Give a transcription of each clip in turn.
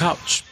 Couch.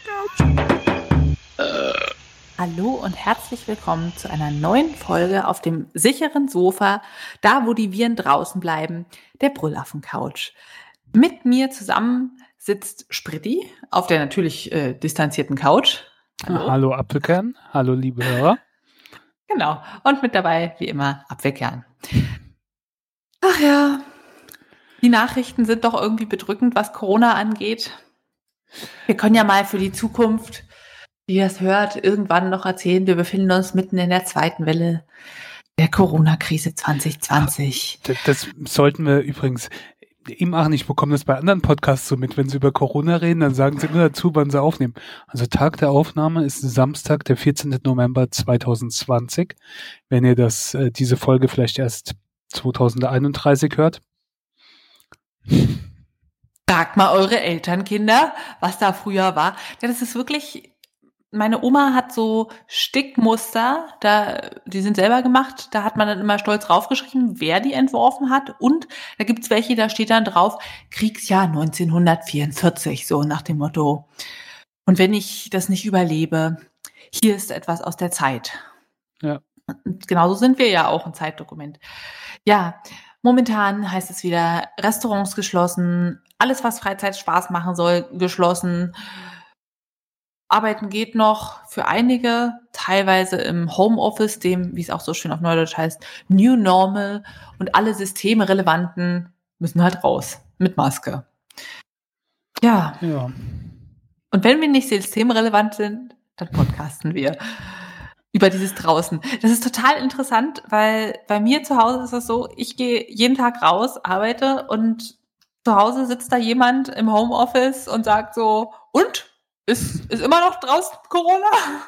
Hallo und herzlich willkommen zu einer neuen Folge auf dem sicheren Sofa, da wo die Viren draußen bleiben, der Brüllaffen-Couch. Mit mir zusammen sitzt Spritti auf der natürlich distanzierten Couch. Hallo Apfelkern, hallo liebe Hörer. Genau, und mit dabei wie immer Apfelkern. Ach ja, die Nachrichten sind doch irgendwie bedrückend, was Corona angeht. Wir können ja mal für die Zukunft, die das hört, irgendwann noch erzählen, wir befinden uns mitten in der zweiten Welle der Corona-Krise 2020. Das sollten wir übrigens eben machen. Ich bekomme das bei anderen Podcasts so mit. Wenn sie über Corona reden, dann sagen sie immer dazu, wann sie aufnehmen. Also Tag der Aufnahme ist Samstag, der 14. November 2020. Wenn ihr diese Folge vielleicht erst 2031 hört. Fragt mal eure Elternkinder, was da früher war. Ja, das ist wirklich, meine Oma hat so Stickmuster, die sind selber gemacht, da hat man dann immer stolz draufgeschrieben, wer die entworfen hat. Und da gibt's welche, da steht dann drauf, Kriegsjahr 1944, so nach dem Motto. Und wenn ich das nicht überlebe, hier ist etwas aus der Zeit. Ja. Und genauso sind wir ja auch ein Zeitdokument. Ja, momentan heißt es wieder Restaurants geschlossen, alles, was Freizeit Spaß machen soll, geschlossen. Arbeiten geht noch für einige, teilweise im Homeoffice, dem, wie es auch so schön auf Neudeutsch heißt, New Normal. Und alle Systemrelevanten müssen halt raus mit Maske. Ja. Und wenn wir nicht systemrelevant sind, dann podcasten wir über dieses draußen. Das ist total interessant, weil bei mir zu Hause ist es so, ich gehe jeden Tag raus, arbeite und zu Hause sitzt da jemand im Homeoffice und sagt so, und? Ist immer noch draußen Corona?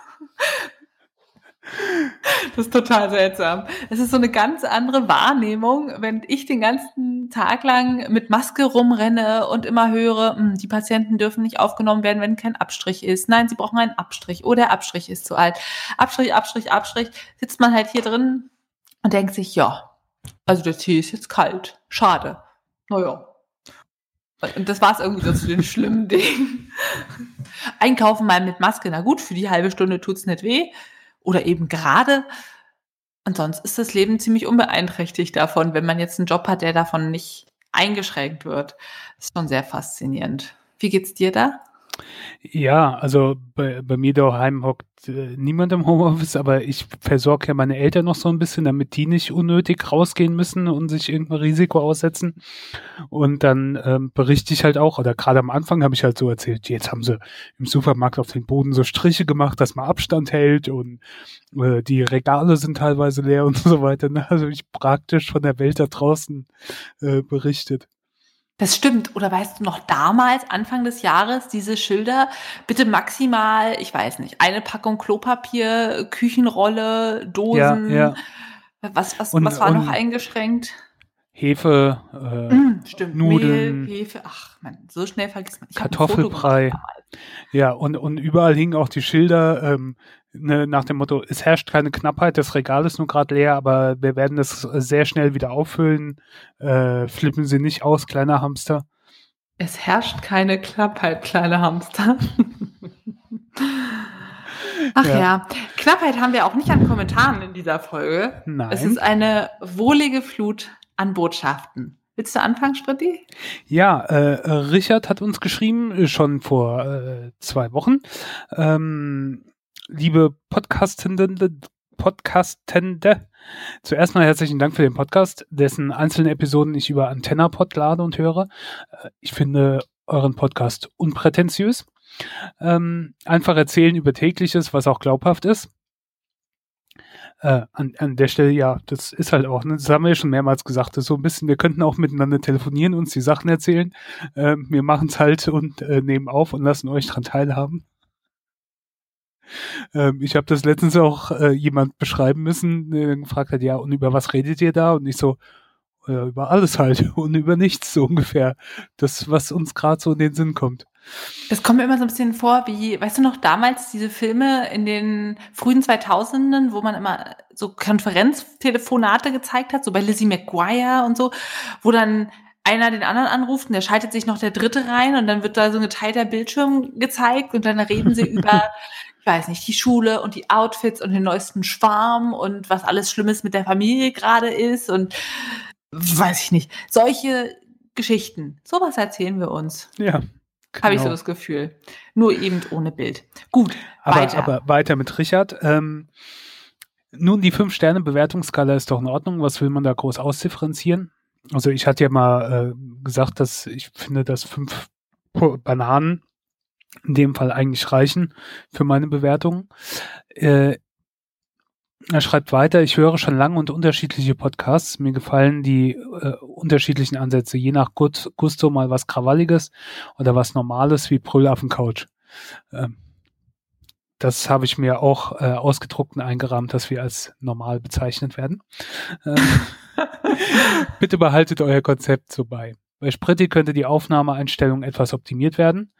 Das ist total seltsam. Es ist so eine ganz andere Wahrnehmung, wenn ich den ganzen Tag lang mit Maske rumrenne und immer höre, die Patienten dürfen nicht aufgenommen werden, wenn kein Abstrich ist. Nein, sie brauchen einen Abstrich. Oh, der Abstrich ist zu alt. Abstrich. Sitzt man halt hier drin und denkt sich, ja, also der Tee ist jetzt kalt. Schade. Naja. Und das war es irgendwie so zu den schlimmen Dingen. Einkaufen mal mit Maske, na gut, für die halbe Stunde tut's nicht weh. Oder eben gerade. Und sonst ist das Leben ziemlich unbeeinträchtigt davon, wenn man jetzt einen Job hat, der davon nicht eingeschränkt wird. Das ist schon sehr faszinierend. Wie geht's dir da? Ja, also bei mir daheim hockt niemand im Homeoffice, aber ich versorge ja meine Eltern noch so ein bisschen, damit die nicht unnötig rausgehen müssen und sich irgendein Risiko aussetzen. Und dann berichte ich halt auch, oder gerade am Anfang habe ich halt so erzählt, jetzt haben sie im Supermarkt auf den Boden so Striche gemacht, dass man Abstand hält und die Regale sind teilweise leer und so weiter. Ne? Also ich praktisch von der Welt da draußen berichtet. Das stimmt. Oder weißt du noch damals, Anfang des Jahres, diese Schilder, bitte maximal, ich weiß nicht, eine Packung Klopapier, Küchenrolle, Dosen. Ja. Was war noch eingeschränkt? Hefe, stimmt, Nudeln, Mehl, Hefe, ach man, so schnell vergisst man. Ich Kartoffelbrei. Ja, und überall hingen auch die Schilder nach dem Motto, es herrscht keine Knappheit, das Regal ist nur gerade leer, aber wir werden das sehr schnell wieder auffüllen. Flippen Sie nicht aus, kleiner Hamster. Es herrscht keine Knappheit, kleiner Hamster. Ach ja, Knappheit haben wir auch nicht an Kommentaren in dieser Folge. Nein. Es ist eine wohlige Flut an Botschaften. Willst du anfangen, Spritti? Ja, Richard hat uns geschrieben, schon vor 2 Wochen. Liebe Podcastende, zuerst mal herzlichen Dank für den Podcast, dessen einzelne Episoden ich über AntennaPod lade und höre. Ich finde euren Podcast unprätentiös. Einfach erzählen über Tägliches, was auch glaubhaft ist. An der Stelle, ja, das ist halt auch, ne, das haben wir ja schon mehrmals gesagt, das ist so ein bisschen, wir könnten auch miteinander telefonieren, uns die Sachen erzählen. Wir machen es halt und nehmen auf und lassen euch dran teilhaben. Ich habe das letztens auch jemand beschreiben müssen, der gefragt hat, ja, und über was redet ihr da? Und ich so, ja, über alles halt und über nichts so ungefähr. Das, was uns gerade so in den Sinn kommt. Das kommt mir immer so ein bisschen vor, wie, weißt du noch, damals diese Filme in den frühen 2000ern, wo man immer so Konferenztelefonate gezeigt hat, so bei Lizzie McGuire und so, wo dann einer den anderen anruft und der schaltet sich noch der Dritte rein und dann wird da so ein geteilter Bildschirm gezeigt und dann reden sie über, ich weiß nicht, die Schule und die Outfits und den neuesten Schwarm und was alles Schlimmes mit der Familie gerade ist und weiß ich nicht. Solche Geschichten, sowas erzählen wir uns. Ja. Habe ich so das Gefühl. Nur eben ohne Bild. Gut, weiter. Aber weiter mit Richard. Nun, die 5-Sterne-Bewertungsskala ist doch in Ordnung. Was will man da groß ausdifferenzieren? Also ich hatte ja mal gesagt, dass ich finde, dass 5 Bananen in dem Fall eigentlich reichen für meine Bewertung. Er schreibt weiter, ich höre schon lange und unterschiedliche Podcasts. Mir gefallen die unterschiedlichen Ansätze, je nach Gusto mal was Krawalliges oder was Normales wie Brüll auf dem Couch. Das habe ich mir auch ausgedruckt und eingerahmt, dass wir als normal bezeichnet werden. Bitte behaltet euer Konzept so bei. Bei Spritti könnte die Aufnahmeeinstellung etwas optimiert werden.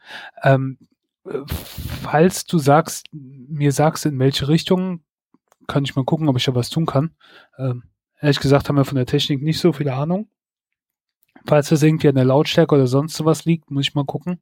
Falls du mir sagst, in welche Richtung, kann ich mal gucken, ob ich da was tun kann. Ehrlich gesagt haben wir von der Technik nicht so viel Ahnung. Falls das irgendwie an der Lautstärke oder sonst sowas liegt, muss ich mal gucken.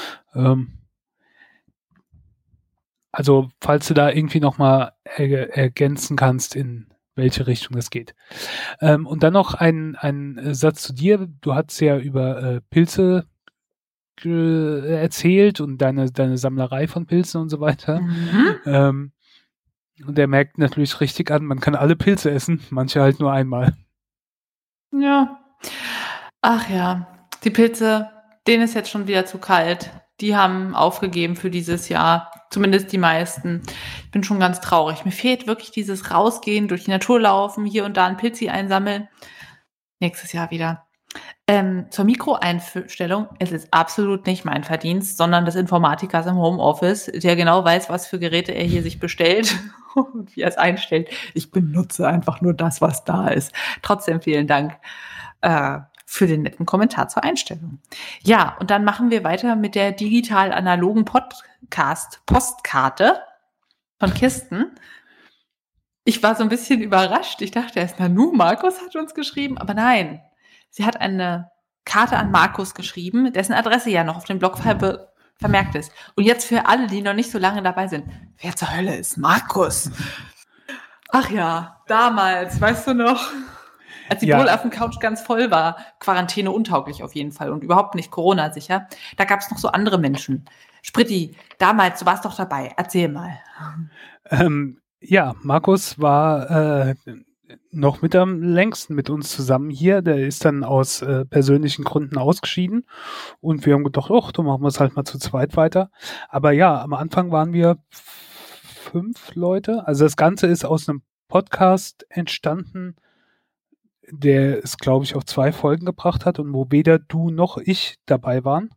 Also, falls du da irgendwie nochmal ergänzen kannst, in welche Richtung das geht. Und dann noch ein Satz zu dir. Du hast ja über Pilze erzählt und deine Sammlerei von Pilzen und so weiter. Mhm. Und er merkt natürlich richtig an, man kann alle Pilze essen, manche halt nur einmal. Ja. Ach ja, die Pilze, denen ist jetzt schon wieder zu kalt. Die haben aufgegeben für dieses Jahr, zumindest die meisten. Ich bin schon ganz traurig. Mir fehlt wirklich dieses Rausgehen, durch die Natur laufen, hier und da ein Pilzi einsammeln. Nächstes Jahr wieder. Zur Mikroeinstellung, es ist absolut nicht mein Verdienst, sondern des Informatikers im Homeoffice, der genau weiß, was für Geräte er hier sich bestellt und wie er es einstellt. Ich benutze einfach nur das, was da ist. Trotzdem vielen Dank für den netten Kommentar zur Einstellung. Ja, und dann machen wir weiter mit der digital-analogen Podcast-Postkarte von Kirsten. Ich war so ein bisschen überrascht. Ich dachte erst, Markus hat uns geschrieben, aber nein. Sie hat eine Karte an Markus geschrieben, dessen Adresse ja noch auf dem Blog vermerkt ist. Und jetzt für alle, die noch nicht so lange dabei sind, wer zur Hölle ist Markus? Ach ja, damals, weißt du noch? Als die Brüll auf dem Couch ganz voll war, Quarantäne untauglich auf jeden Fall und überhaupt nicht Corona-sicher, da gab es noch so andere Menschen. Spritti, damals, du warst doch dabei, erzähl mal. Ja, Markus war noch mit am längsten mit uns zusammen hier. Der ist dann aus persönlichen Gründen ausgeschieden und wir haben gedacht, dann machen wir es halt mal zu zweit weiter. Aber ja, am Anfang waren wir 5 Leute. Also das Ganze ist aus einem Podcast entstanden, der es, glaube ich, auf 2 Folgen gebracht hat und wo weder du noch ich dabei waren.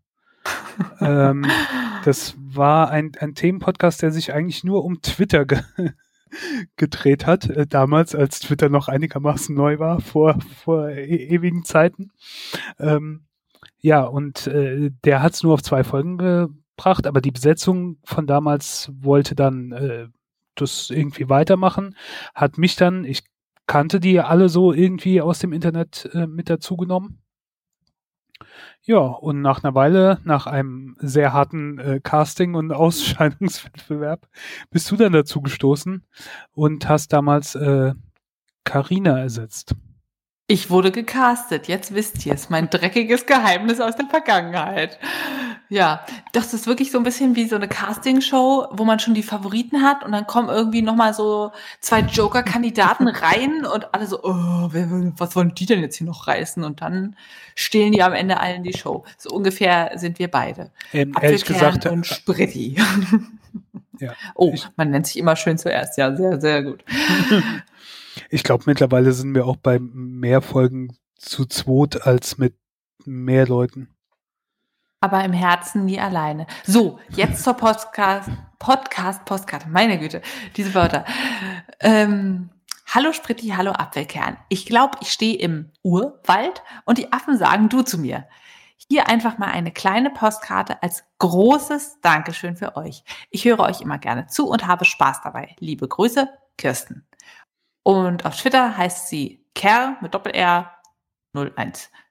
Das war ein Themenpodcast, der sich eigentlich nur um Twitter gedreht hat, damals, als Twitter noch einigermaßen neu war, vor ewigen Zeiten. Ja, und der hat es nur auf 2 Folgen gebracht, aber die Besetzung von damals wollte dann das irgendwie weitermachen, hat mich dann, ich kannte die alle so irgendwie aus dem Internet mit dazu genommen. Ja, und nach einer Weile, nach einem sehr harten Casting- und Ausscheidungswettbewerb, bist du dann dazu gestoßen und hast damals Carina ersetzt. Ich wurde gecastet, jetzt wisst ihr es, mein dreckiges Geheimnis aus der Vergangenheit. Ja, das ist wirklich so ein bisschen wie so eine Castingshow, wo man schon die Favoriten hat und dann kommen irgendwie nochmal so 2 Joker-Kandidaten rein und alle so, was wollen die denn jetzt hier noch reißen? Und dann stehlen die am Ende allen die Show. So ungefähr sind wir beide. Ehrlich gesagt. Und Spritti. Ja, man nennt sich immer schön zuerst. Ja, sehr, sehr gut. Ich glaube, mittlerweile sind wir auch bei mehr Folgen zu zweit als mit mehr Leuten. Aber im Herzen nie alleine. So, jetzt zur Postkarte. Meine Güte, diese Wörter. Hallo Spritti, hallo Apfelkern. Ich glaube, ich stehe im Urwald und die Affen sagen du zu mir. Hier einfach mal eine kleine Postkarte als großes Dankeschön für euch. Ich höre euch immer gerne zu und habe Spaß dabei. Liebe Grüße, Kirsten. Und auf Twitter heißt sie Kerl mit Doppel-R 01.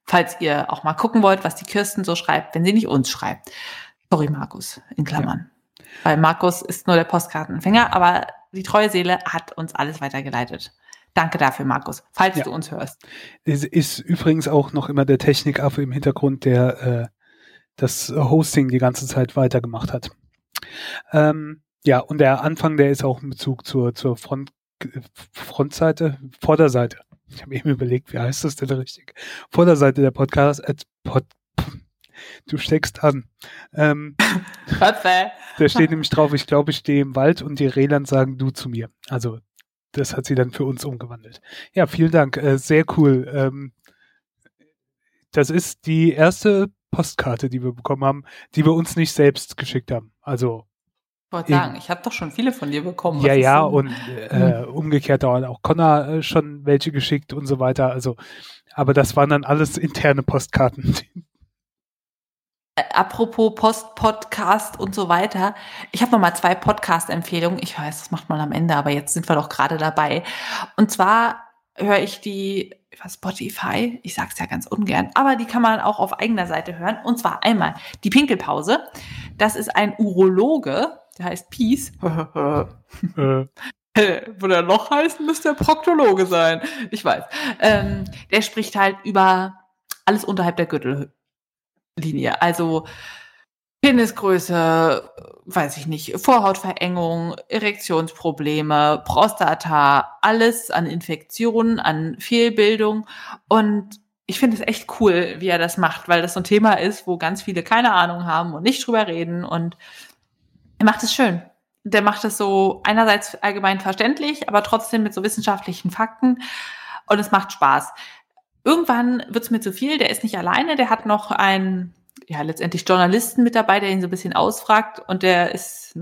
falls ihr auch mal gucken wollt, was die Kirsten so schreibt, wenn sie nicht uns schreibt. Sorry, Markus, in Klammern. Ja. Weil Markus ist nur der Postkartenempfänger, aber die treue Seele hat uns alles weitergeleitet. Danke dafür, Markus, falls du uns hörst. Es ist übrigens auch noch immer der Technikaffe im Hintergrund, der das Hosting die ganze Zeit weitergemacht hat. Ja, und der Anfang, der ist auch in Bezug zur Frontseite, Vorderseite. Ich habe eben überlegt, wie heißt das denn richtig? Vorderseite der Podcast. Du steckst an. Da steht nämlich drauf, ich glaube, ich stehe im Wald und die Rehland sagen du zu mir. Also das hat sie dann für uns umgewandelt. Ja, vielen Dank. Sehr cool. Das ist die erste Postkarte, die wir bekommen haben, die wir uns nicht selbst geschickt haben. Also ich wollte sagen, ich habe doch schon viele von dir bekommen. Ja, und umgekehrt hat auch Connor schon welche geschickt und so weiter. Also, aber das waren dann alles interne Postkarten. Apropos Podcast und so weiter. Ich habe noch mal 2 Podcast-Empfehlungen. Ich weiß, das macht man am Ende, aber jetzt sind wir doch gerade dabei. Und zwar höre ich die über Spotify. Ich sag's ja ganz ungern, aber die kann man auch auf eigener Seite hören. Und zwar einmal die Pinkelpause. Das ist ein Urologe, der heißt Peace. Würde er noch heißen, müsste er Proktologe sein. Ich weiß. Der spricht halt über alles unterhalb der Gürtellinie. Also Penisgröße, weiß ich nicht, Vorhautverengung, Erektionsprobleme, Prostata, alles an Infektionen, an Fehlbildung. Und ich finde es echt cool, wie er das macht, weil das so ein Thema ist, wo ganz viele keine Ahnung haben und nicht drüber reden. Und er macht es schön. Der macht es so einerseits allgemein verständlich, aber trotzdem mit so wissenschaftlichen Fakten. Und es macht Spaß. Irgendwann wird es mir zu viel. Der ist nicht alleine. Der hat noch einen, letztendlich Journalisten mit dabei, der ihn so ein bisschen ausfragt. Und der ist,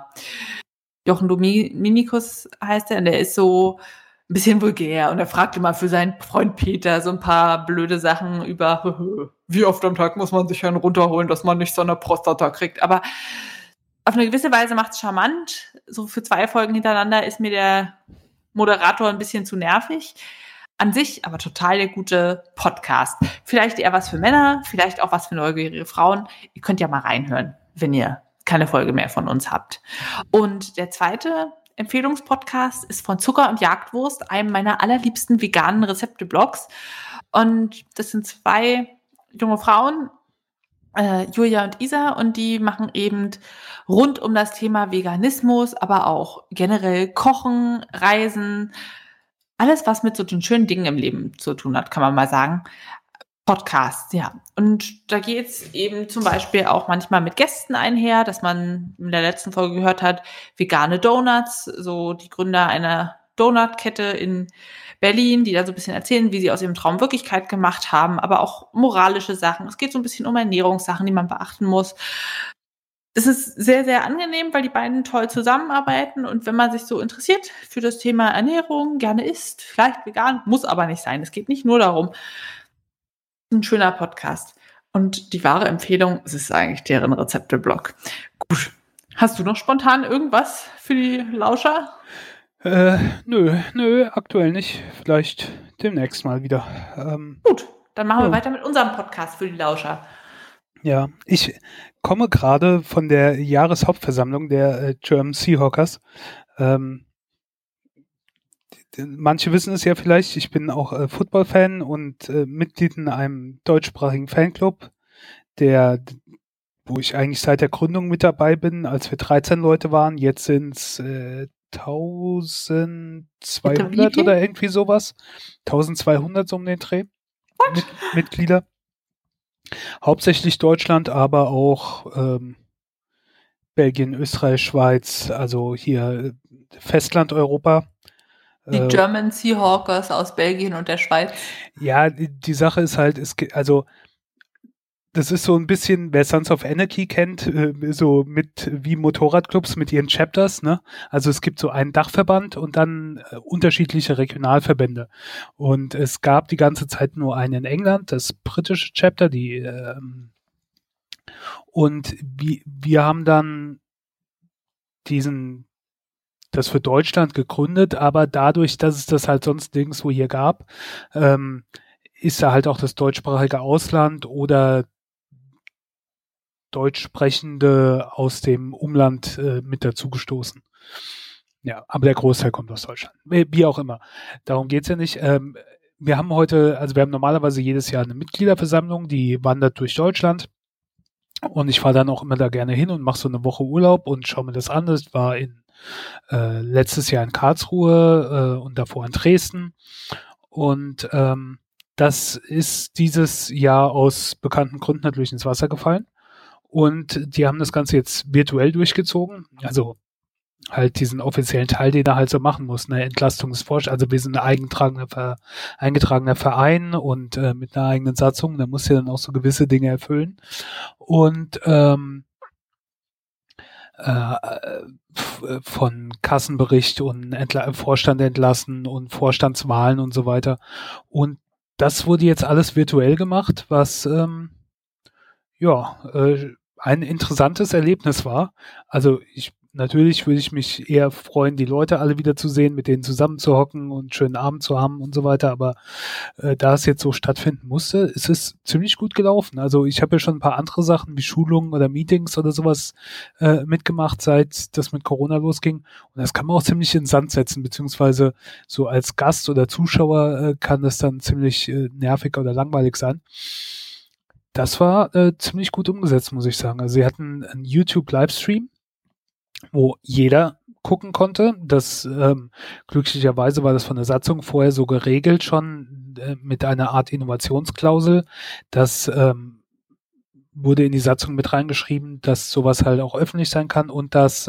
Jochen Dominikus heißt er. Und der ist so ein bisschen vulgär. Und er fragt immer für seinen Freund Peter so ein paar blöde Sachen über, wie oft am Tag muss man sich einen runterholen, dass man nicht so eine Prostata kriegt. Aber auf eine gewisse Weise macht es charmant. So für 2 Folgen hintereinander ist mir der Moderator ein bisschen zu nervig. An sich aber total der gute Podcast. Vielleicht eher was für Männer, vielleicht auch was für neugierige Frauen. Ihr könnt ja mal reinhören, wenn ihr keine Folge mehr von uns habt. Und der zweite Empfehlungspodcast ist von Zucker und Jagdwurst, einem meiner allerliebsten veganen Rezepte-Blogs. Und das sind 2 junge Frauen, Julia und Isa, und die machen eben rund um das Thema Veganismus, aber auch generell Kochen, Reisen, alles, was mit so den schönen Dingen im Leben zu tun hat, kann man mal sagen. Podcasts, ja. Und da geht's eben zum Beispiel auch manchmal mit Gästen einher, dass man in der letzten Folge gehört hat, vegane Donuts, so die Gründer einer Donutkette in Berlin, die da so ein bisschen erzählen, wie sie aus ihrem Traum Wirklichkeit gemacht haben, aber auch moralische Sachen. Es geht so ein bisschen um Ernährungssachen, die man beachten muss. Es ist sehr, sehr angenehm, weil die beiden toll zusammenarbeiten, und wenn man sich so interessiert für das Thema Ernährung, gerne isst, vielleicht vegan, muss aber nicht sein. Es geht nicht nur darum. Ein schöner Podcast. Und die wahre Empfehlung, es ist eigentlich deren Rezepte-Blog. Gut. Hast du noch spontan irgendwas für die Lauscher? Nö, aktuell nicht. Vielleicht demnächst mal wieder. Gut, dann machen wir weiter mit unserem Podcast für die Lauscher. Ja, ich komme gerade von der Jahreshauptversammlung der German Seahawkers. Manche wissen es ja vielleicht, ich bin auch Football-Fan und Mitglied in einem deutschsprachigen Fanclub, wo ich eigentlich seit der Gründung mit dabei bin, als wir 13 Leute waren. Jetzt sind es 1200 oder irgendwie sowas. 1200 so um den Dreh. Mitglieder. Hauptsächlich Deutschland, aber auch Belgien, Österreich, Schweiz, also hier Festland-Europa. Die German Seahawkers aus Belgien und der Schweiz. Ja, die Sache ist halt, das ist so ein bisschen, wer Sons of Anarchy kennt, so mit wie Motorradclubs mit ihren Chapters, ne? Also es gibt so einen Dachverband und dann unterschiedliche Regionalverbände. Und es gab die ganze Zeit nur einen in England, das britische Chapter, und wir haben dann das für Deutschland gegründet, aber dadurch, dass es das halt sonst nirgendwo hier gab, ist da halt auch das deutschsprachige Ausland oder Deutschsprechende aus dem Umland mit dazugestoßen. Ja, aber der Großteil kommt aus Deutschland. Wie auch immer. Darum geht's ja nicht. Wir haben normalerweise jedes Jahr eine Mitgliederversammlung, die wandert durch Deutschland. Und ich fahre dann auch immer da gerne hin und mache so eine Woche Urlaub und schaue mir das an. Das war letztes Jahr in Karlsruhe und davor in Dresden. Und das ist dieses Jahr aus bekannten Gründen natürlich ins Wasser gefallen. Und die haben das Ganze jetzt virtuell durchgezogen. Also halt diesen offiziellen Teil, den er halt so machen muss, eine Entlastungsforschung. Also wir sind ein eingetragener Verein und mit einer eigenen Satzung, da muss ja dann auch so gewisse Dinge erfüllen. Und von Kassenbericht und Vorstand entlassen und Vorstandswahlen und so weiter. Und das wurde jetzt alles virtuell gemacht, was ein interessantes Erlebnis war. Also natürlich würde ich mich eher freuen, die Leute alle wieder zu sehen, mit denen zusammenzuhocken und einen schönen Abend zu haben und so weiter. Aber da es jetzt so stattfinden musste, ist es ziemlich gut gelaufen. Also ich habe ja schon ein paar andere Sachen wie Schulungen oder Meetings oder sowas mitgemacht, seit das mit Corona losging. Und das kann man auch ziemlich in den Sand setzen, beziehungsweise so als Gast oder Zuschauer kann das dann ziemlich nervig oder langweilig sein. Das war ziemlich gut umgesetzt, muss ich sagen. Also sie hatten einen YouTube-Livestream, wo jeder gucken konnte. Das glücklicherweise war das von der Satzung vorher so geregelt schon mit einer Art Innovationsklausel. Das wurde in die Satzung mit reingeschrieben, dass sowas halt auch öffentlich sein kann und dass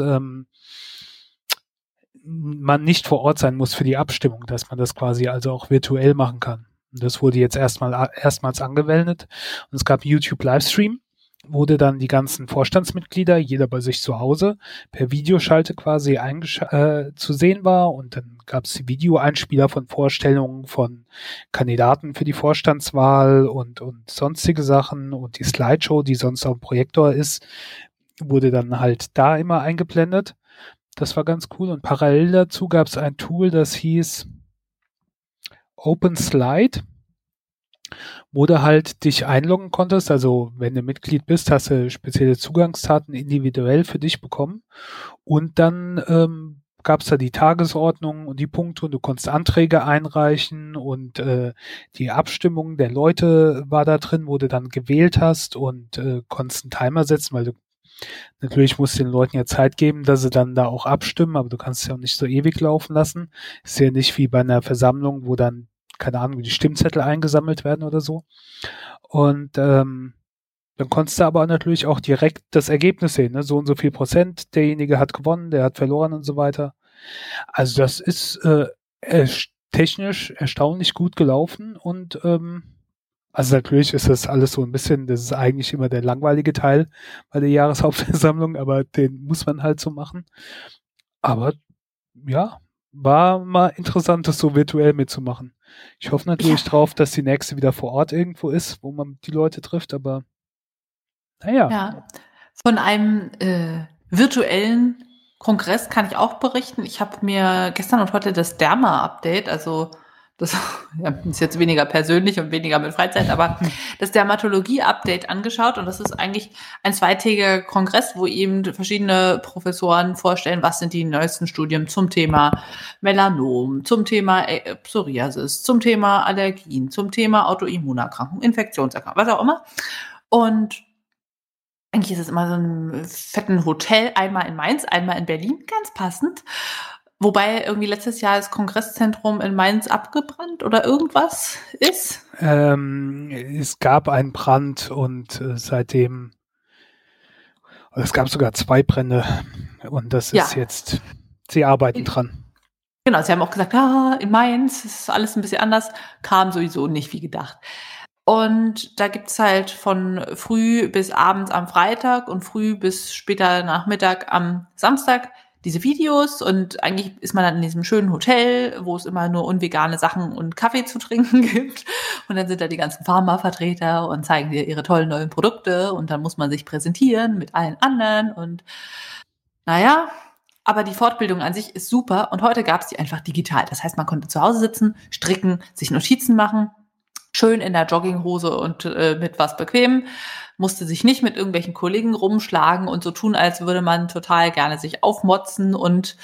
man nicht vor Ort sein muss für die Abstimmung, dass man das quasi also auch virtuell machen kann. Und das wurde jetzt erstmals angewendet. Und es gab YouTube-Livestream, wurde dann die ganzen Vorstandsmitglieder, jeder bei sich zu Hause, per Videoschalte quasi zu sehen war. Und dann gab es die Videoeinspieler von Vorstellungen von Kandidaten für die Vorstandswahl und sonstige Sachen. Und die Slideshow, die sonst auf dem Projektor ist, wurde dann halt da immer eingeblendet. Das war ganz cool. Und parallel dazu gab es ein Tool, das hieß Open Slide, wo du halt dich einloggen konntest. Also wenn du Mitglied bist, hast du spezielle Zugangsdaten individuell für dich bekommen. Und dann gab es da die Tagesordnung und die Punkte und du konntest Anträge einreichen und die Abstimmung der Leute war da drin, wo du dann gewählt hast und konntest einen Timer setzen, weil du natürlich musst du den Leuten ja Zeit geben, dass sie dann da auch abstimmen, aber du kannst es ja auch nicht so ewig laufen lassen. Ist ja nicht wie bei einer Versammlung, wo dann, keine Ahnung, die Stimmzettel eingesammelt werden oder so. Und dann konntest du aber natürlich auch direkt das Ergebnis sehen, ne? So und so viel Prozent, derjenige hat gewonnen, der hat verloren und so weiter. Also das ist technisch erstaunlich gut gelaufen und also natürlich ist das alles so ein bisschen, das ist eigentlich immer der langweilige Teil bei der Jahreshauptversammlung, aber den muss man halt so machen. Aber ja, war mal interessant, das so virtuell mitzumachen. Ich hoffe natürlich drauf, dass die nächste wieder vor Ort irgendwo ist, wo man die Leute trifft, aber naja. Ja, von einem virtuellen Kongress kann ich auch berichten. Ich habe mir gestern und heute das Derma-Update, also das ist jetzt weniger persönlich und weniger mit Freizeit, aber das Dermatologie-Update angeschaut und das ist eigentlich ein zweitägiger Kongress, wo eben verschiedene Professoren vorstellen, was sind die neuesten Studien zum Thema Melanom, zum Thema Psoriasis, zum Thema Allergien, zum Thema Autoimmunerkrankungen, Infektionserkrankungen, was auch immer. Und eigentlich ist es immer so ein fetten Hotel, einmal in Mainz, einmal in Berlin, ganz passend. Wobei irgendwie letztes Jahr das Kongresszentrum in Mainz abgebrannt oder irgendwas ist. Es gab einen Brand und seitdem, es gab sogar 2 Brände und das ist jetzt, sie arbeiten dran. Genau, sie haben auch gesagt, in Mainz ist alles ein bisschen anders, kam sowieso nicht wie gedacht. Und da gibt's halt von früh bis abends am Freitag und früh bis später Nachmittag am Samstag diese Videos und eigentlich ist man dann in diesem schönen Hotel, wo es immer nur unvegane Sachen und Kaffee zu trinken gibt und dann sind da die ganzen Pharmavertreter und zeigen dir ihre tollen neuen Produkte und dann muss man sich präsentieren mit allen anderen und naja, aber die Fortbildung an sich ist super und heute gab's die einfach digital. Das heißt, man konnte zu Hause sitzen, stricken, sich Notizen machen schön in der Jogginghose und mit was bequem, musste sich nicht mit irgendwelchen Kollegen rumschlagen und so tun, als würde man total gerne sich aufmotzen und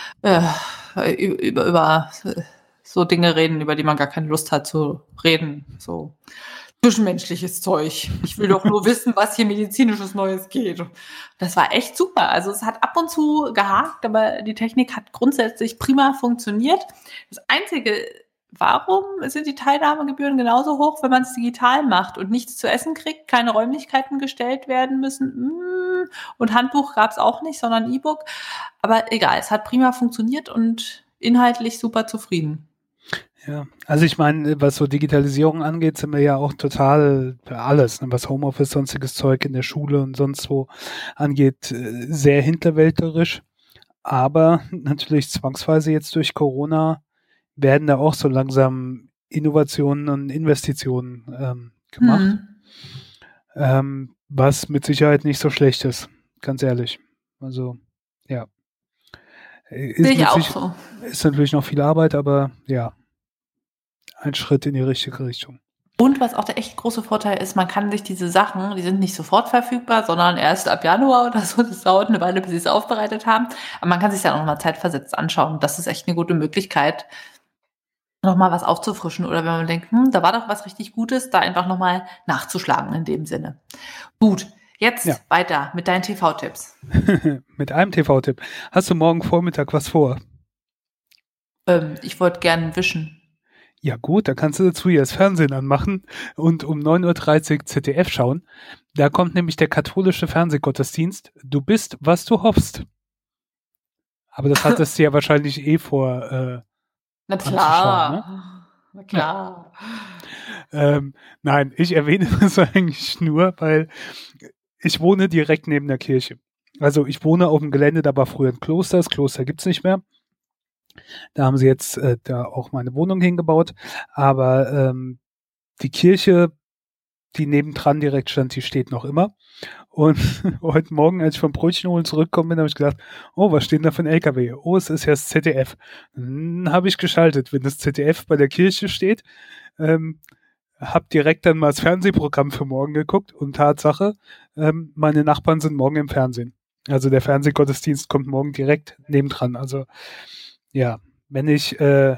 über so Dinge reden, über die man gar keine Lust hat zu reden. So zwischenmenschliches Zeug. Ich will doch nur wissen, was hier medizinisches Neues geht. Das war echt super. Also es hat ab und zu gehakt, aber die Technik hat grundsätzlich prima funktioniert. Das Einzige, warum sind die Teilnahmegebühren genauso hoch, wenn man es digital macht und nichts zu essen kriegt, keine Räumlichkeiten gestellt werden müssen und Handbuch gab es auch nicht, sondern E-Book. Aber egal, es hat prima funktioniert und inhaltlich super zufrieden. Ja, also ich meine, was so Digitalisierung angeht, sind wir ja auch total für alles, ne, was Homeoffice, sonstiges Zeug in der Schule und sonst wo angeht, sehr hinterwäldlerisch. Aber natürlich zwangsweise jetzt durch Corona werden da auch so langsam Innovationen und Investitionen gemacht, was mit Sicherheit nicht so schlecht ist, ganz ehrlich. Also, ja. Sehe ich auch so. Ist natürlich noch viel Arbeit, aber ja, ein Schritt in die richtige Richtung. Und was auch der echt große Vorteil ist, man kann sich diese Sachen, die sind nicht sofort verfügbar, sondern erst ab Januar oder so. Das dauert eine Weile, bis sie es aufbereitet haben. Aber man kann sich ja auch nochmal zeitversetzt anschauen. Das ist echt eine gute Möglichkeit, nochmal was aufzufrischen. Oder wenn man denkt, da war doch was richtig Gutes, da einfach nochmal nachzuschlagen in dem Sinne. Gut, jetzt weiter mit deinen TV-Tipps. Mit einem TV-Tipp. Hast du morgen Vormittag was vor? Ich wollte gerne wischen. Ja gut, dann kannst du dazu ja das Fernsehen anmachen und um 9.30 Uhr ZDF schauen. Da kommt nämlich der katholische Fernsehgottesdienst. Du bist, was du hoffst. Aber das hattest du ja wahrscheinlich vor. Na klar. Ne? Na klar. Ja. Nein, ich erwähne das eigentlich nur, weil ich wohne direkt neben der Kirche. Also ich wohne auf dem Gelände, da war früher ein Kloster. Das Kloster gibt's nicht mehr. Da haben sie jetzt da auch meine Wohnung hingebaut. Aber die Kirche, die nebendran direkt stand, die steht noch immer. Und heute Morgen, als ich vom Brötchen holen zurückgekommen bin, habe ich gedacht, oh, was steht denn da für ein LKW? Oh, es ist ja das ZDF. Dann habe ich geschaltet, wenn das ZDF bei der Kirche steht, habe direkt dann mal das Fernsehprogramm für morgen geguckt und Tatsache, meine Nachbarn sind morgen im Fernsehen. Also der Fernsehgottesdienst kommt morgen direkt nebendran. Also ja, wenn ich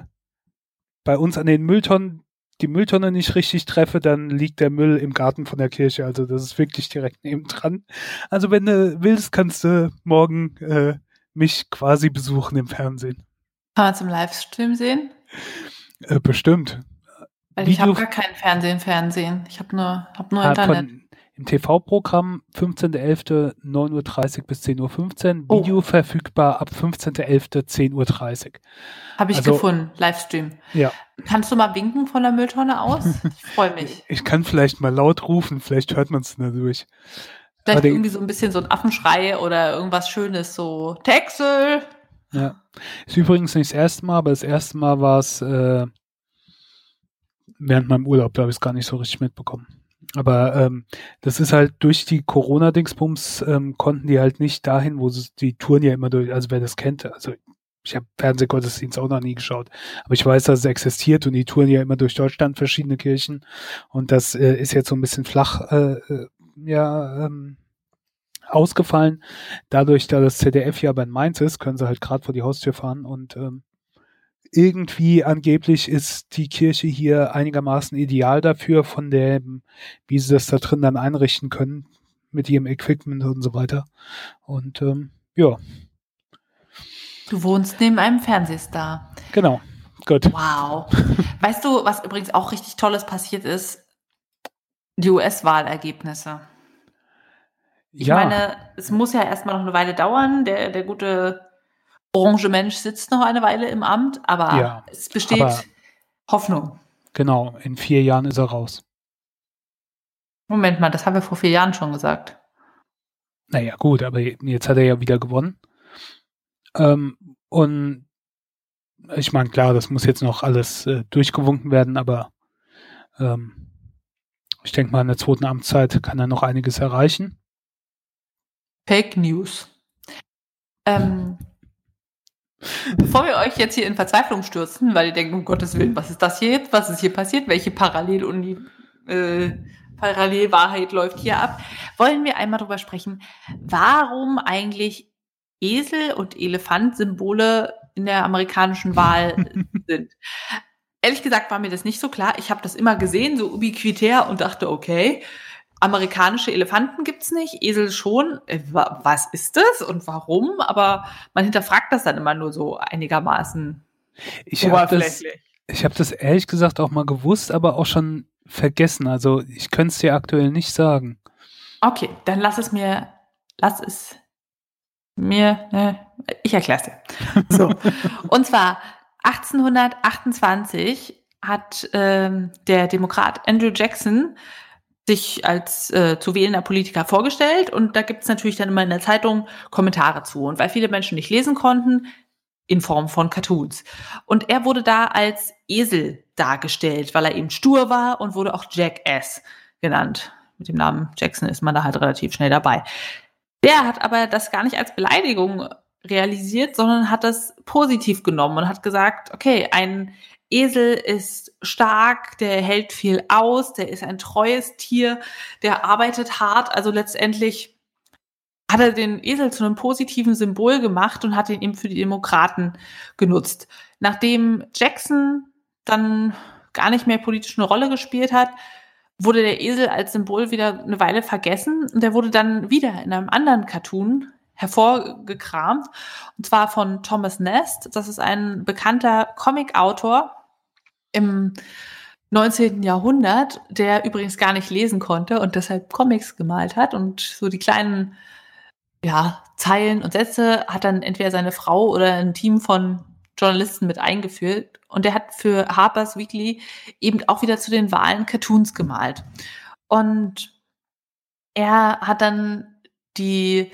bei uns an den Mülltonnen die Mülltonne nicht richtig treffe, dann liegt der Müll im Garten von der Kirche. Also das ist wirklich direkt nebendran. Also wenn du willst, kannst du morgen mich quasi besuchen im Fernsehen. Kann man zum Livestream sehen? Bestimmt. Weil ich habe gar kein Fernsehen. Ich habe nur Internet. Im TV-Programm 15.11. 9.30 Uhr bis 10.15 Uhr. Video verfügbar ab 15.11. 10.30 Uhr. Habe ich gefunden, Livestream. Ja. Kannst du mal winken von der Mülltonne aus? Ich freue mich. Ich kann vielleicht mal laut rufen, vielleicht hört man es dadurch. Vielleicht irgendwie so ein bisschen so ein Affenschrei oder irgendwas Schönes, so Texel. Ja. Ist übrigens nicht das erste Mal, aber das erste Mal war es während meinem Urlaub, da habe ich es gar nicht so richtig mitbekommen. Aber das ist halt durch die Corona-Dingsbums konnten die halt nicht dahin, wo die Touren ja immer durch, also wer das kennt, also ich habe Fernsehgottesdienst auch noch nie geschaut, aber ich weiß, dass es existiert und die touren ja immer durch Deutschland, verschiedene Kirchen und das ist jetzt so ein bisschen flach ausgefallen. Dadurch, da das ZDF ja bei Mainz ist, können sie halt gerade vor die Haustür fahren und irgendwie angeblich ist die Kirche hier einigermaßen ideal dafür, von dem, wie sie das da drin dann einrichten können, mit ihrem Equipment und so weiter. Und ja. Du wohnst neben einem Fernsehstar. Genau. Gut. Wow. Weißt du, was übrigens auch richtig Tolles passiert ist? Die US-Wahlergebnisse. Ich meine, es muss ja erstmal noch eine Weile dauern. Der gute orange Mensch sitzt noch eine Weile im Amt, aber es besteht Hoffnung. Genau, in 4 Jahren ist er raus. Moment mal, das haben wir vor 4 Jahren schon gesagt. Naja, gut, aber jetzt hat er ja wieder gewonnen. Und ich meine, klar, das muss jetzt noch alles durchgewunken werden, aber ich denke mal, in der zweiten Amtszeit kann er noch einiges erreichen. Fake News. Bevor wir euch jetzt hier in Verzweiflung stürzen, weil ihr denkt, um Gottes Willen, was ist das hier jetzt? Was ist hier passiert? Welche Parallelwahrheit läuft hier ab? Wollen wir einmal drüber sprechen, warum eigentlich Esel und Elefant Symbole in der amerikanischen Wahl sind. Ehrlich gesagt war mir das nicht so klar. Ich habe das immer gesehen, so ubiquitär und dachte, okay, amerikanische Elefanten gibt's nicht, Esel schon. Was ist das und warum? Aber man hinterfragt das dann immer nur so einigermaßen oberflächlich. Ich habe das ehrlich gesagt auch mal gewusst, aber auch schon vergessen. Also ich könnte es dir aktuell nicht sagen. Okay, dann ich erkläre es dir. So. Und zwar 1828 hat der Demokrat Andrew Jackson sich als zu wählender Politiker vorgestellt und da gibt es natürlich dann immer in der Zeitung Kommentare zu. Und weil viele Menschen nicht lesen konnten, in Form von Cartoons. Und er wurde da als Esel dargestellt, weil er eben stur war und wurde auch Jackass genannt. Mit dem Namen Jackson ist man da halt relativ schnell dabei. Der hat aber das gar nicht als Beleidigung realisiert, sondern hat das positiv genommen und hat gesagt, okay, ein Esel ist stark, der hält viel aus, der ist ein treues Tier, der arbeitet hart, also letztendlich hat er den Esel zu einem positiven Symbol gemacht und hat ihn eben für die Demokraten genutzt. Nachdem Jackson dann gar nicht mehr politisch eine Rolle gespielt hat, wurde der Esel als Symbol wieder eine Weile vergessen und der wurde dann wieder in einem anderen Cartoon hervorgekramt, und zwar von Thomas Nast. Das ist ein bekannter Comic-Autor im 19. Jahrhundert, der übrigens gar nicht lesen konnte und deshalb Comics gemalt hat und so die kleinen Zeilen und Sätze hat dann entweder seine Frau oder ein Team von Journalisten mit eingeführt. Und der hat für Harper's Weekly eben auch wieder zu den Wahlen Cartoons gemalt. Und er hat dann die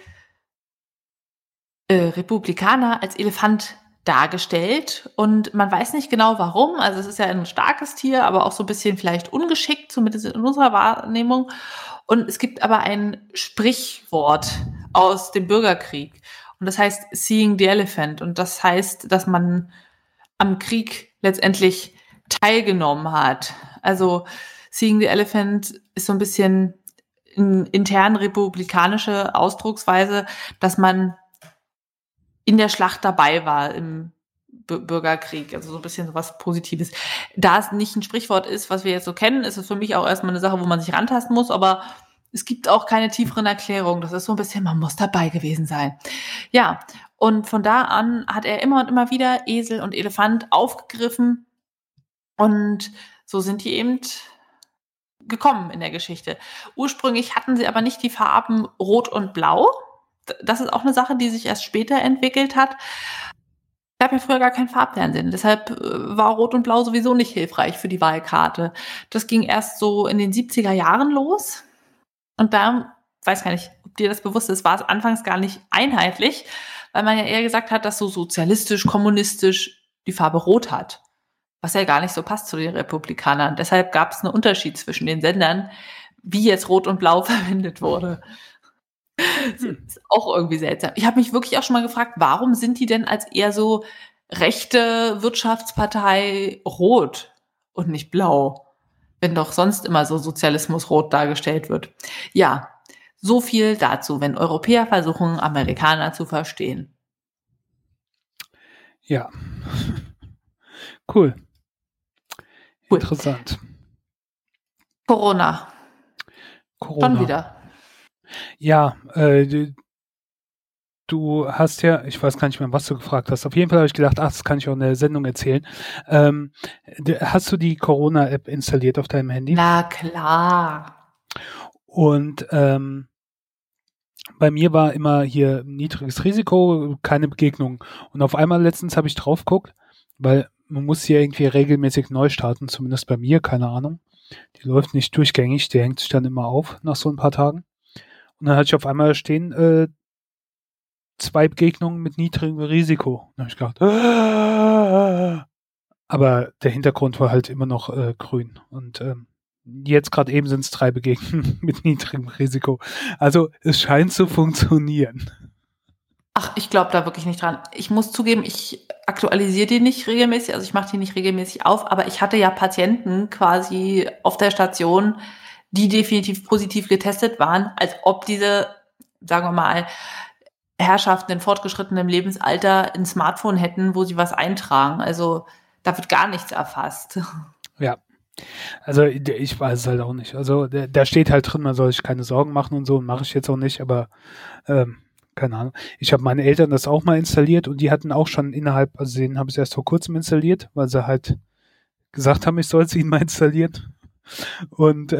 Republikaner als Elefant dargestellt. Und man weiß nicht genau warum. Also es ist ja ein starkes Tier, aber auch so ein bisschen vielleicht ungeschickt, zumindest in unserer Wahrnehmung. Und es gibt aber ein Sprichwort aus dem Bürgerkrieg. Und das heißt Seeing the Elephant. Und das heißt, dass man am Krieg letztendlich teilgenommen hat. Also Seeing the Elephant ist so ein bisschen eine intern republikanische Ausdrucksweise, dass man in der Schlacht dabei war im Bürgerkrieg, also so ein bisschen was Positives. Da es nicht ein Sprichwort ist, was wir jetzt so kennen, ist es für mich auch erstmal eine Sache, wo man sich rantasten muss, aber es gibt auch keine tieferen Erklärungen. Das ist so ein bisschen, man muss dabei gewesen sein. Ja, und von da an hat er immer und immer wieder Esel und Elefant aufgegriffen und so sind die eben gekommen in der Geschichte. Ursprünglich hatten sie aber nicht die Farben Rot und Blau. Das ist auch eine Sache, die sich erst später entwickelt hat. Es gab ja früher gar kein Farbfernsehen, deshalb war Rot und Blau sowieso nicht hilfreich für die Wahlkarte. Das ging erst so in den 70er Jahren los. Und da, weiß gar nicht, ob dir das bewusst ist, war es anfangs gar nicht einheitlich, weil man ja eher gesagt hat, dass so sozialistisch, kommunistisch die Farbe Rot hat. Was ja gar nicht so passt zu den Republikanern. Deshalb gab es einen Unterschied zwischen den Sendern, wie jetzt Rot und Blau verwendet wurde. Das ist auch irgendwie seltsam. Ich habe mich wirklich auch schon mal gefragt, warum sind die denn als eher so rechte Wirtschaftspartei rot und nicht blau, wenn doch sonst immer so Sozialismus rot dargestellt wird. Ja, so viel dazu, wenn Europäer versuchen, Amerikaner zu verstehen. Ja, cool. Interessant. Corona. Schon wieder. Ja, du hast ja, ich weiß gar nicht mehr, was du gefragt hast. Auf jeden Fall habe ich gedacht, das kann ich auch in der Sendung erzählen. Hast du die Corona-App installiert auf deinem Handy? Na klar. Und bei mir war immer hier niedriges Risiko, keine Begegnung. Und auf einmal letztens habe ich drauf geguckt, weil man muss hier irgendwie regelmäßig neu starten, zumindest bei mir, keine Ahnung. Die läuft nicht durchgängig, die hängt sich dann immer auf nach so ein paar Tagen. Und dann hatte ich auf einmal stehen, 2 Begegnungen mit niedrigem Risiko. Dann habe ich gedacht, aber der Hintergrund war halt immer noch grün. Und jetzt gerade eben sind es 3 Begegnungen mit niedrigem Risiko. Also es scheint zu funktionieren. Ach, ich glaube da wirklich nicht dran. Ich muss zugeben, ich aktualisiere die nicht regelmäßig, also ich mache die nicht regelmäßig auf, aber ich hatte ja Patienten quasi auf der Station, die definitiv positiv getestet waren, als ob diese, sagen wir mal, Herrschaften in fortgeschrittenem Lebensalter ein Smartphone hätten, wo sie was eintragen. Also da wird gar nichts erfasst. Ja. Also ich weiß es halt auch nicht. Also da steht halt drin, man soll sich keine Sorgen machen und so, mache ich jetzt auch nicht, aber keine Ahnung. Ich habe meine Eltern das auch mal installiert und die hatten auch schon also den habe ich erst vor kurzem installiert, weil sie halt gesagt haben, ich soll es ihnen mal installieren. Und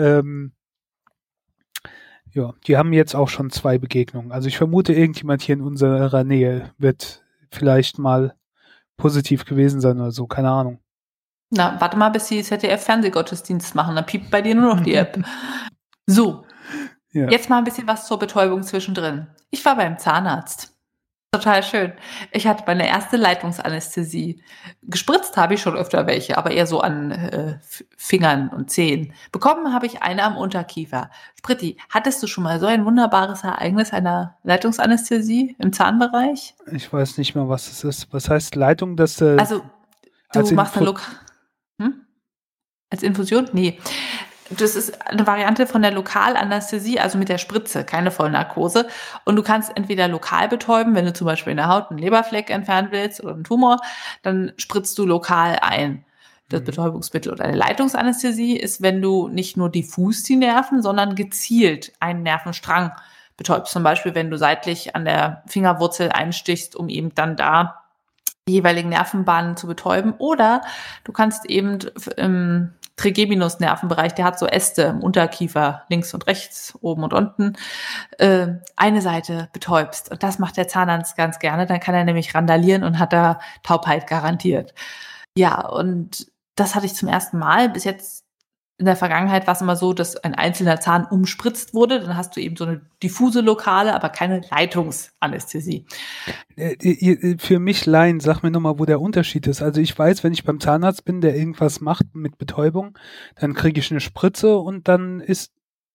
ja, die haben jetzt auch schon 2 Begegnungen. Also ich vermute, irgendjemand hier in unserer Nähe wird vielleicht mal positiv gewesen sein oder so, keine Ahnung. Na, warte mal, bis die ZDF-Fernsehgottesdienst machen, dann piept bei dir nur noch die App. So, Ja. jetzt mal ein bisschen was zur Betäubung zwischendrin. Ich war beim Zahnarzt. Total schön. Ich hatte meine erste Leitungsanästhesie. Gespritzt habe ich schon öfter welche, aber eher so an Fingern und Zehen. Bekommen habe ich eine am Unterkiefer. Spritti, hattest du schon mal so ein wunderbares Ereignis einer Leitungsanästhesie im Zahnbereich? Ich weiß nicht mehr, was es ist. Was heißt Leitung, dass Also, du als machst eine Info Als Infusion? Nee. Das ist eine Variante von der Lokalanästhesie, also mit der Spritze, keine Vollnarkose. Und du kannst entweder lokal betäuben, wenn du zum Beispiel in der Haut einen Leberfleck entfernen willst oder einen Tumor, dann spritzt du lokal ein das Betäubungsmittel. Und eine Leitungsanästhesie ist, wenn du nicht nur diffus die Nerven, sondern gezielt einen Nervenstrang betäubst. Zum Beispiel, wenn du seitlich an der Fingerwurzel einstichst, um eben dann da die jeweiligen Nervenbahnen zu betäuben. Oder du kannst eben im Trigeminus-Nervenbereich, der hat so Äste im Unterkiefer, links und rechts, oben und unten, eine Seite betäubst. Und das macht der Zahnarzt ganz gerne. Dann kann er nämlich randalieren und hat da Taubheit garantiert. Ja, und das hatte ich zum ersten Mal. Bis jetzt in der Vergangenheit war es immer so, dass ein einzelner Zahn umspritzt wurde. Dann hast du eben so eine diffuse lokale, aber keine Leitungsanästhesie. Für mich Laien, sag mir nochmal, wo der Unterschied ist. Also ich weiß, wenn ich beim Zahnarzt bin, der irgendwas macht mit Betäubung, dann kriege ich eine Spritze und dann ist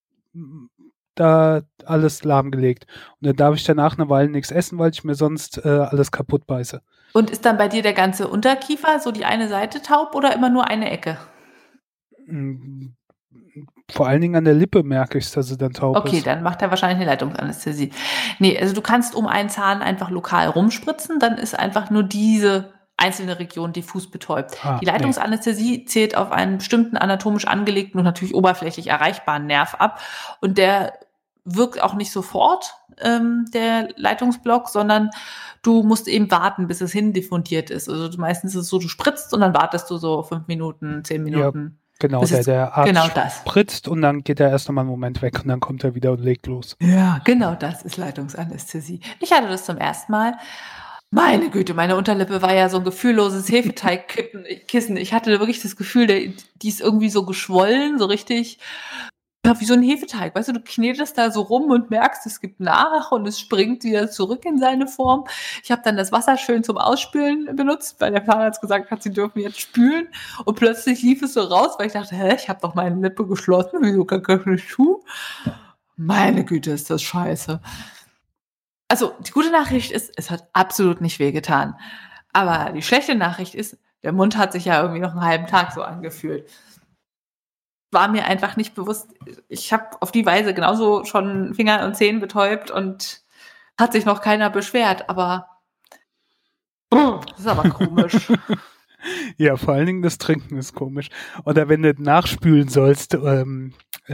da alles lahmgelegt. Und dann darf ich danach eine Weile nichts essen, weil ich mir sonst alles kaputt beiße. Und ist dann bei dir der ganze Unterkiefer, so die eine Seite taub oder immer nur eine Ecke? Vor allen Dingen an der Lippe merke ich, dass sie dann taub ist. Okay, dann macht er wahrscheinlich eine Leitungsanästhesie. Nee, also du kannst um einen Zahn einfach lokal rumspritzen, dann ist einfach nur diese einzelne Region diffus betäubt. Die Leitungsanästhesie zählt auf einen bestimmten anatomisch angelegten und natürlich oberflächlich erreichbaren Nerv ab und der wirkt auch nicht sofort, der Leitungsblock, sondern du musst eben warten, bis es hindiffundiert ist. Also meistens ist es so, du spritzt und dann wartest du so 5 Minuten, 10 Minuten. Ja. Genau, der Arzt genau das. spritzt und dann geht er erst nochmal einen Moment weg und dann kommt er wieder und legt los. Ja, genau das ist Leitungsanästhesie. Ich hatte das zum ersten Mal. Meine Güte, meine Unterlippe war ja so ein gefühlloses Hefeteigkissen. Ich hatte wirklich das Gefühl, die ist irgendwie so geschwollen, so richtig, ja, wie so ein Hefeteig. Weißt du, du knetest da so rum und merkst, es gibt nach und es springt wieder zurück in seine Form. Ich habe dann das Wasser schön zum Ausspülen benutzt, weil der Zahnarzt gesagt hat, sie dürfen jetzt spülen. Und plötzlich lief es so raus, weil ich dachte, ich habe doch meine Lippe geschlossen, wieso kann ich nicht tun? Meine Güte, ist das scheiße. Also, die gute Nachricht ist, es hat absolut nicht wehgetan. Aber die schlechte Nachricht ist, der Mund hat sich ja irgendwie noch einen halben Tag so angefühlt. War mir einfach nicht bewusst. Ich habe auf die Weise genauso schon Finger und Zehen betäubt und hat sich noch keiner beschwert, aber das ist aber komisch. Ja, vor allen Dingen das Trinken ist komisch. Oder wenn du nachspülen sollst und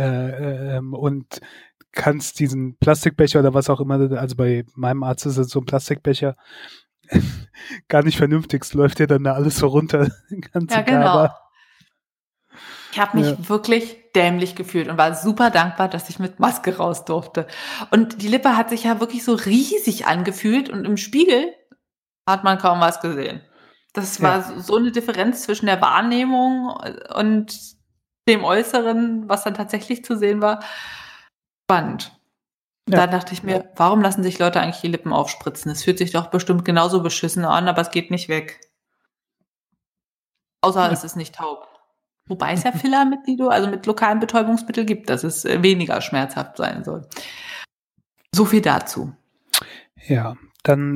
kannst diesen Plastikbecher oder was auch immer, also bei meinem Arzt ist es so ein Plastikbecher, gar nicht vernünftig, es läuft dir dann da alles so runter. Ja, genau. Ich habe mich wirklich dämlich gefühlt und war super dankbar, dass ich mit Maske raus durfte. Und die Lippe hat sich ja wirklich so riesig angefühlt und im Spiegel hat man kaum was gesehen. Das war so eine Differenz zwischen der Wahrnehmung und dem Äußeren, was dann tatsächlich zu sehen war. Spannend. Und dann dachte ich mir, warum lassen sich Leute eigentlich die Lippen aufspritzen? Es fühlt sich doch bestimmt genauso beschissen an, aber es geht nicht weg. Außer es ist nicht taub. Wobei es ja Filler mit Lido, also mit lokalen Betäubungsmitteln gibt, dass es weniger schmerzhaft sein soll. So viel dazu. Ja, Dann,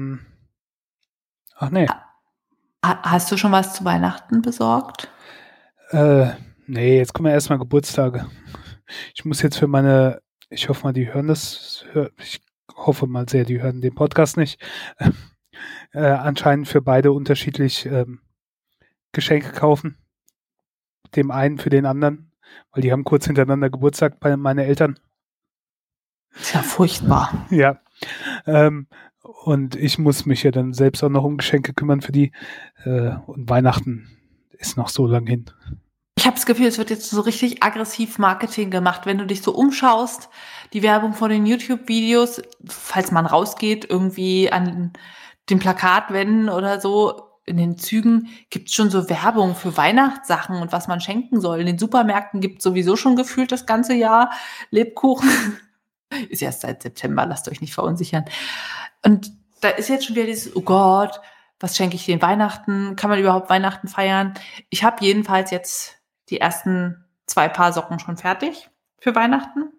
ach nee. Hast du schon was zu Weihnachten besorgt? Nee, jetzt kommen ja erstmal Geburtstage. Ich muss jetzt ich hoffe mal, die hören das, ich hoffe mal sehr, die hören den Podcast nicht. Anscheinend für beide unterschiedlich Geschenke kaufen. Dem einen für den anderen, weil die haben kurz hintereinander Geburtstag bei meinen Eltern. Ist ja furchtbar. Ja. Und ich muss mich ja dann selbst auch noch um Geschenke kümmern für die. Und Weihnachten ist noch so lang hin. Ich habe das Gefühl, es wird jetzt so richtig aggressiv Marketing gemacht, wenn du dich so umschaust, die Werbung von den YouTube-Videos, falls man rausgeht, irgendwie an den Plakatwänden oder so, in den Zügen gibt es schon so Werbung für Weihnachtssachen und was man schenken soll. In den Supermärkten gibt es sowieso schon gefühlt das ganze Jahr Lebkuchen. Ist erst seit September, lasst euch nicht verunsichern. Und da ist jetzt schon wieder dieses, oh Gott, was schenke ich den Weihnachten? Kann man überhaupt Weihnachten feiern? Ich habe jedenfalls jetzt die ersten 2 Paar Socken schon fertig für Weihnachten.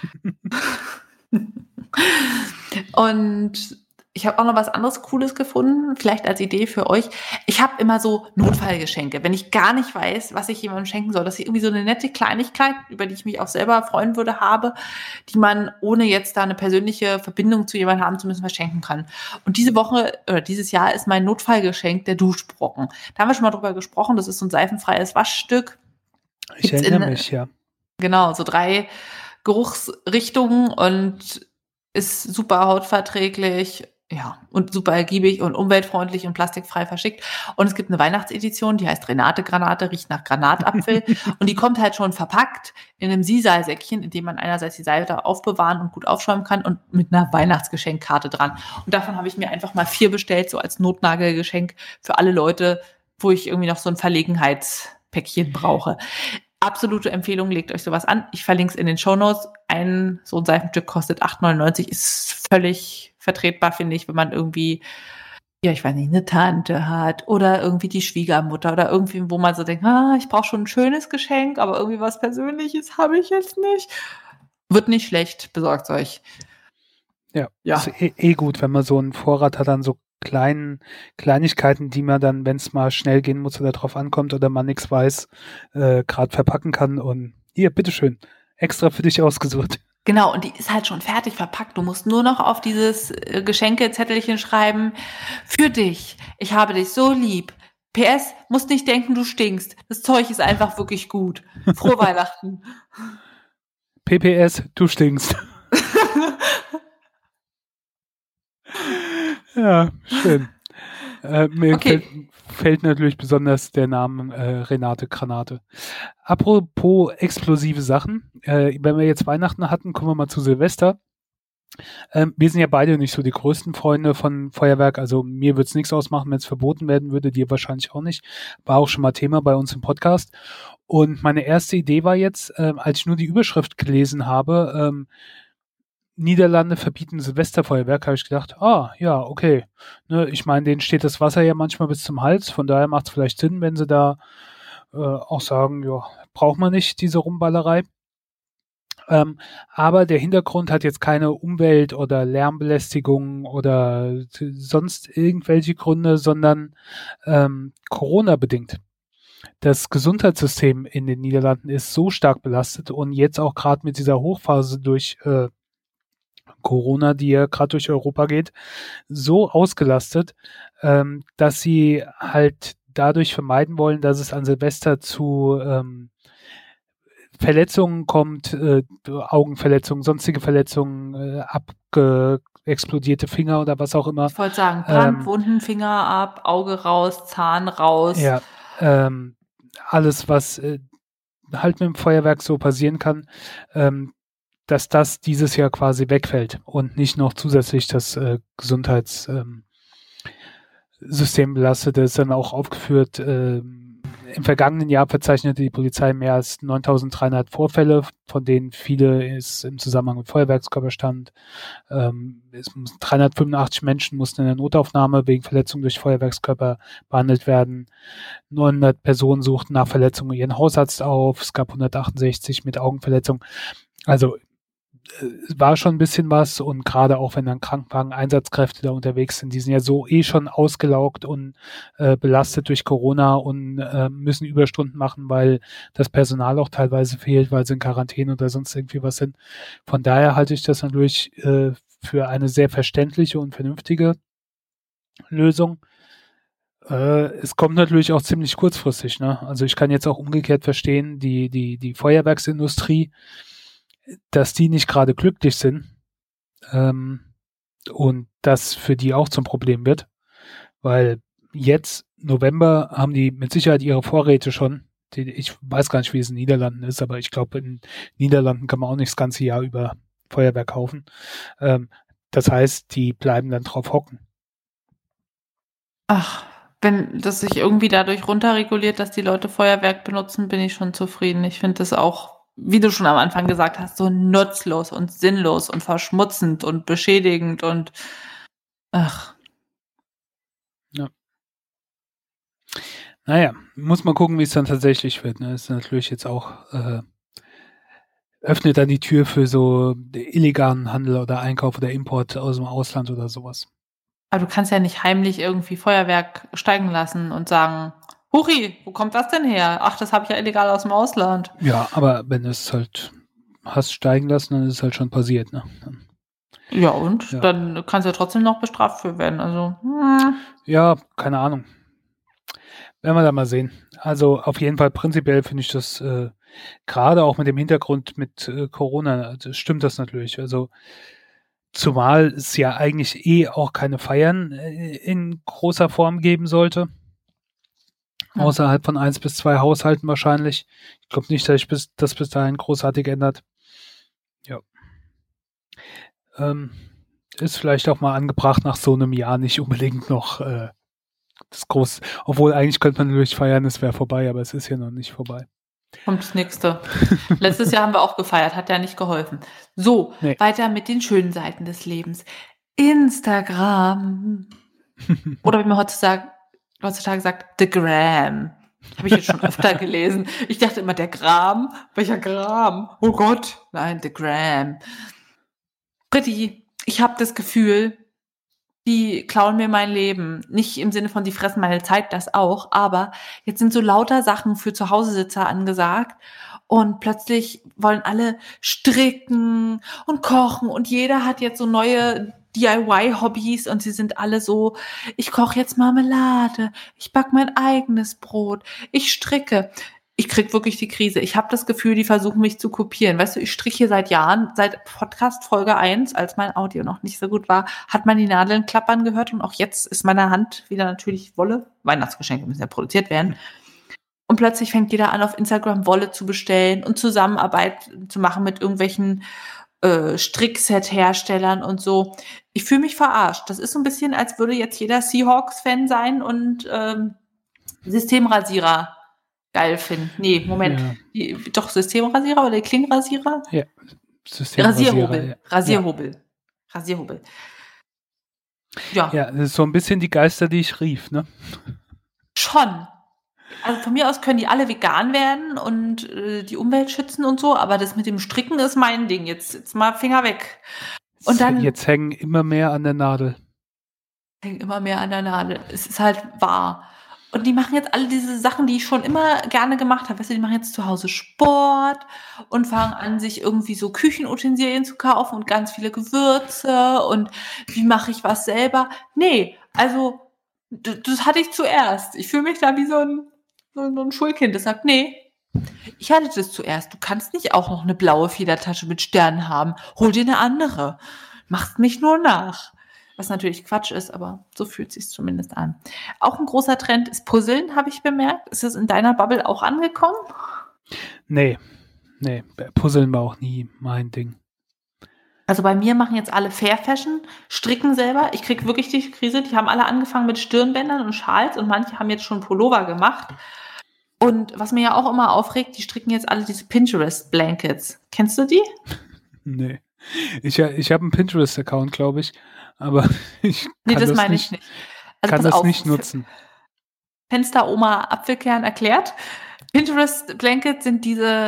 Und ich habe auch noch was anderes Cooles gefunden, vielleicht als Idee für euch. Ich habe immer so Notfallgeschenke, wenn ich gar nicht weiß, was ich jemandem schenken soll, dass ich irgendwie so eine nette Kleinigkeit, über die ich mich auch selber freuen würde, habe, die man ohne jetzt da eine persönliche Verbindung zu jemandem haben zu müssen, verschenken kann. Und diese Woche oder dieses Jahr ist mein Notfallgeschenk der Duschbrocken. Da haben wir schon mal drüber gesprochen. Das ist so ein seifenfreies Waschstück. Ich erinnere mich, ja. Genau, so 3 Geruchsrichtungen und ist super hautverträglich, ja, und super ergiebig und umweltfreundlich und plastikfrei verschickt. Und es gibt eine Weihnachtsedition, die heißt Renate Granate, riecht nach Granatapfel. Und die kommt halt schon verpackt in einem Sisal-Säckchen, in dem man einerseits die Seife aufbewahren und gut aufschäumen kann und mit einer Weihnachtsgeschenkkarte dran. Und davon habe ich mir einfach mal 4 bestellt, so als Notnagelgeschenk für alle Leute, wo ich irgendwie noch so ein Verlegenheitspäckchen brauche. Absolute Empfehlung, legt euch sowas an. Ich verlinke es in den Shownotes. So ein Seifenstück kostet 8,99, ist völlig vertretbar, finde ich, wenn man irgendwie, ja, ich weiß nicht, eine Tante hat oder irgendwie die Schwiegermutter oder irgendwie, wo man so denkt, ich brauche schon ein schönes Geschenk, aber irgendwie was Persönliches habe ich jetzt nicht. Wird nicht schlecht, besorgt euch. Ja. Ist gut, wenn man so einen Vorrat hat an so Kleinigkeiten, die man dann, wenn es mal schnell gehen muss oder drauf ankommt oder man nichts weiß, gerade verpacken kann und hier, bitteschön, extra für dich ausgesucht. Genau, und die ist halt schon fertig verpackt. Du musst nur noch auf dieses Geschenkezettelchen schreiben, für dich, ich habe dich so lieb. PS, musst nicht denken, du stinkst. Das Zeug ist einfach wirklich gut. Frohe Weihnachten. PPS, du stinkst. Ja, schön. Mir fällt natürlich besonders der Name Renate Granate. Apropos explosive Sachen, wenn wir jetzt Weihnachten hatten, kommen wir mal zu Silvester. Wir sind ja beide nicht so die größten Freunde von Feuerwerk, also mir würde es nichts ausmachen, wenn es verboten werden würde, dir wahrscheinlich auch nicht. War auch schon mal Thema bei uns im Podcast. Und meine erste Idee war jetzt, als ich nur die Überschrift gelesen habe, Niederlande verbieten Silvesterfeuerwerk, habe ich gedacht, ja, okay. Ne, ich meine, denen steht das Wasser ja manchmal bis zum Hals, von daher macht es vielleicht Sinn, wenn sie da auch sagen, ja, braucht man nicht diese Rumballerei. Aber der Hintergrund hat jetzt keine Umwelt- oder Lärmbelästigung oder sonst irgendwelche Gründe, sondern Corona-bedingt. Das Gesundheitssystem in den Niederlanden ist so stark belastet und jetzt auch gerade mit dieser Hochphase durch Corona, die ja gerade durch Europa geht, so ausgelastet, dass sie halt dadurch vermeiden wollen, dass es an Silvester zu Verletzungen kommt, Augenverletzungen, sonstige Verletzungen, explodierte Finger oder was auch immer. Ich wollte sagen, Brandwunden, Finger ab, Auge raus, Zahn raus. Ja, alles, was halt mit dem Feuerwerk so passieren kann, dass das dieses Jahr quasi wegfällt und nicht noch zusätzlich das Gesundheitssystem belastet. Das ist dann auch aufgeführt, im vergangenen Jahr verzeichnete die Polizei mehr als 9.300 Vorfälle, von denen viele ist im Zusammenhang mit Feuerwerkskörper stand. 385 Menschen mussten in der Notaufnahme wegen Verletzung durch Feuerwerkskörper behandelt werden. 900 Personen suchten nach Verletzungen ihren Hausarzt auf. Es gab 168 mit Augenverletzungen. Also es war schon ein bisschen was und gerade auch wenn dann Krankenwagen-Einsatzkräfte da unterwegs sind, die sind ja so schon ausgelaugt und belastet durch Corona und müssen Überstunden machen, weil das Personal auch teilweise fehlt, weil sie in Quarantäne oder sonst irgendwie was sind. Von daher halte ich das natürlich für eine sehr verständliche und vernünftige Lösung. Es kommt natürlich auch ziemlich kurzfristig, ne? Also ich kann jetzt auch umgekehrt verstehen, die Feuerwerksindustrie, dass die nicht gerade glücklich sind und das für die auch zum Problem wird, weil jetzt November haben die mit Sicherheit ihre Vorräte schon. Ich weiß gar nicht, wie es in den Niederlanden ist, aber ich glaube, in den Niederlanden kann man auch nicht das ganze Jahr über Feuerwerk kaufen. Das heißt, die bleiben dann drauf hocken. Ach, wenn das sich irgendwie dadurch runterreguliert, dass die Leute Feuerwerk benutzen, bin ich schon zufrieden. Ich finde das auch, wie du schon am Anfang gesagt hast, so nutzlos und sinnlos und verschmutzend und beschädigend und ach. Ja. Naja, muss man gucken, wie es dann tatsächlich wird. Ne? Ist natürlich jetzt auch öffnet dann die Tür für so illegalen Handel oder Einkauf oder Import aus dem Ausland oder sowas. Aber du kannst ja nicht heimlich irgendwie Feuerwerk steigen lassen und sagen, Huchi, wo kommt das denn her? Ach, das habe ich ja illegal aus dem Ausland. Ja, aber wenn du es halt hast steigen lassen, dann ist es halt schon passiert. Ne? Ja, und? Ja. Dann kannst du ja trotzdem noch bestraft für werden. Also, Ja, keine Ahnung. Werden wir da mal sehen. Also auf jeden Fall prinzipiell finde ich das gerade auch mit dem Hintergrund mit Corona, also stimmt das natürlich. Also zumal es ja eigentlich auch keine Feiern in großer Form geben sollte. Außerhalb von 1 bis 2 Haushalten wahrscheinlich. Ich glaube nicht, dass sich das bis dahin großartig ändert. Ja. Ist vielleicht auch mal angebracht, nach so einem Jahr nicht unbedingt noch das groß. Obwohl eigentlich könnte man natürlich feiern, es wäre vorbei, aber es ist ja noch nicht vorbei. kommt das nächste. Letztes Jahr haben wir auch gefeiert, hat ja nicht geholfen. So, Nee. weiter mit den schönen Seiten des Lebens. Instagram. Oder wie man heutzutage sagt, the Gram. Habe ich jetzt schon öfter gelesen. Ich dachte immer, der Gram. Welcher Gram? Oh Gott. Nein, the Gram. Britti, ich habe das Gefühl, die klauen mir mein Leben. Nicht im Sinne von, die fressen meine Zeit, das auch, aber jetzt sind so lauter Sachen für Zuhausesitzer angesagt und plötzlich wollen alle stricken und kochen und jeder hat jetzt so neue DIY-Hobbys und sie sind alle so, ich koche jetzt Marmelade, ich backe mein eigenes Brot, ich stricke. Ich krieg wirklich die Krise. Ich habe das Gefühl, die versuchen mich zu kopieren. Weißt du, ich stricke hier seit Jahren, seit Podcast Folge 1, als mein Audio noch nicht so gut war, hat man die Nadeln klappern gehört und auch jetzt ist meine Hand wieder natürlich Wolle. Weihnachtsgeschenke müssen ja produziert werden. Und plötzlich fängt jeder an, auf Instagram Wolle zu bestellen und Zusammenarbeit zu machen mit irgendwelchen Strickset-Herstellern und so. Ich fühle mich verarscht. Das ist so ein bisschen, als würde jetzt jeder Seahawks-Fan sein und Systemrasierer geil finden. Nee, Moment. Ja. Doch, Systemrasierer oder Klingenrasierer? Ja, Systemrasierer. Rasierhobel. Rasierhobel. Rasierhobel. Ja. Ja, das ist so ein bisschen die Geister, die ich rief, ne? Schon. Also von mir aus können die alle vegan werden und die Umwelt schützen und so, aber das mit dem Stricken ist mein Ding. Jetzt mal Finger weg. Und dann Jetzt hängen immer mehr an der Nadel. Hängen immer mehr an der Nadel. Es ist halt wahr. Und die machen jetzt alle diese Sachen, die ich schon immer gerne gemacht habe. Weißt du, die machen jetzt zu Hause Sport und fangen an, sich irgendwie so Küchenutensilien zu kaufen und ganz viele Gewürze und wie mache ich was selber? Nee, also das hatte ich zuerst. Ich fühle mich da wie so ein Schulkind, das sagt, nee, ich hatte das zuerst. Du kannst nicht auch noch eine blaue Federtasche mit Sternen haben. Hol dir eine andere. Machst mich nur nach. Was natürlich Quatsch ist, aber so fühlt es sich zumindest an. Auch ein großer Trend ist Puzzeln, habe ich bemerkt. Ist es in deiner Bubble auch angekommen? Nee, Puzzeln war auch nie mein Ding. Also bei mir machen jetzt alle Fair Fashion, stricken selber. Ich kriege wirklich die Krise. Die haben alle angefangen mit Stirnbändern und Schals und manche haben jetzt schon Pullover gemacht. Und was mir ja auch immer aufregt, die stricken jetzt alle diese Pinterest-Blankets. Kennst du die? Nee. Ich habe einen Pinterest-Account, glaube ich, aber ich kann das meine ich nicht. Also kann das nicht nutzen. Fenster Oma Apfelkern erklärt. Pinterest Blankets sind diese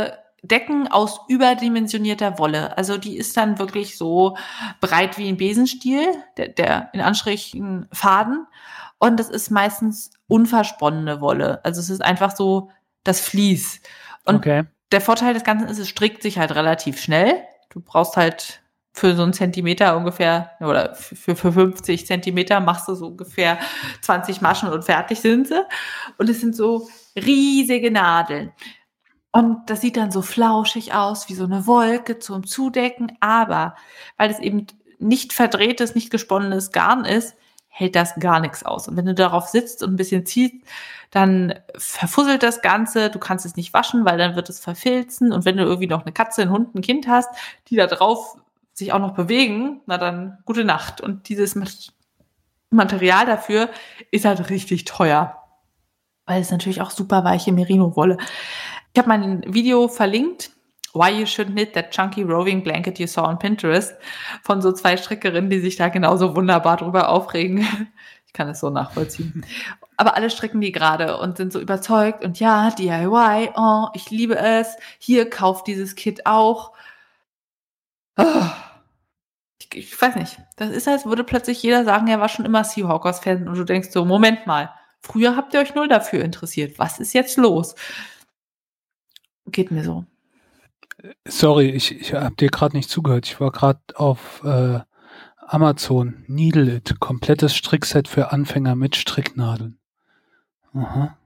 Decken aus überdimensionierter Wolle. Also die ist dann wirklich so breit wie ein Besenstiel, der in Anstrichen Faden. Und das ist meistens unversponnene Wolle. Also es ist einfach so das Vlies. Und Okay. der Vorteil des Ganzen ist, es strickt sich halt relativ schnell. Du brauchst halt für so einen Zentimeter ungefähr, oder für 50 Zentimeter machst du so ungefähr 20 Maschen und fertig sind sie. Und es sind so riesige Nadeln. Und das sieht dann so flauschig aus, wie so eine Wolke zum Zudecken. Aber weil es eben nicht verdrehtes, nicht gesponnenes Garn ist, hält das gar nichts aus. Und wenn du darauf sitzt und ein bisschen ziehst, dann verfusselt das Ganze. Du kannst es nicht waschen, weil dann wird es verfilzen. Und wenn du irgendwie noch eine Katze, einen Hund, ein Kind hast, die da drauf sich auch noch bewegen, na dann gute Nacht. Und dieses Material dafür ist halt richtig teuer. Weil es natürlich auch super weiche Merino-Wolle. Ich habe mein Video verlinkt, Why You Should Knit That Chunky Roving Blanket You Saw on Pinterest, von so 2 Strickerinnen, die sich da genauso wunderbar drüber aufregen. Ich kann es so nachvollziehen. Aber alle stricken die gerade und sind so überzeugt. Und ja, DIY, oh, ich liebe es. Hier, kauft dieses Kit auch. Oh. Ich weiß nicht. Das ist, als würde plötzlich jeder sagen, er war schon immer Seahawkers-Fan. Und du denkst so, Moment mal, früher habt ihr euch null dafür interessiert. Was ist jetzt los? Geht mir so. Sorry, ich habe dir gerade nicht zugehört. Ich war gerade auf Amazon. Needle It. Komplettes Strickset für Anfänger mit Stricknadeln. Aha.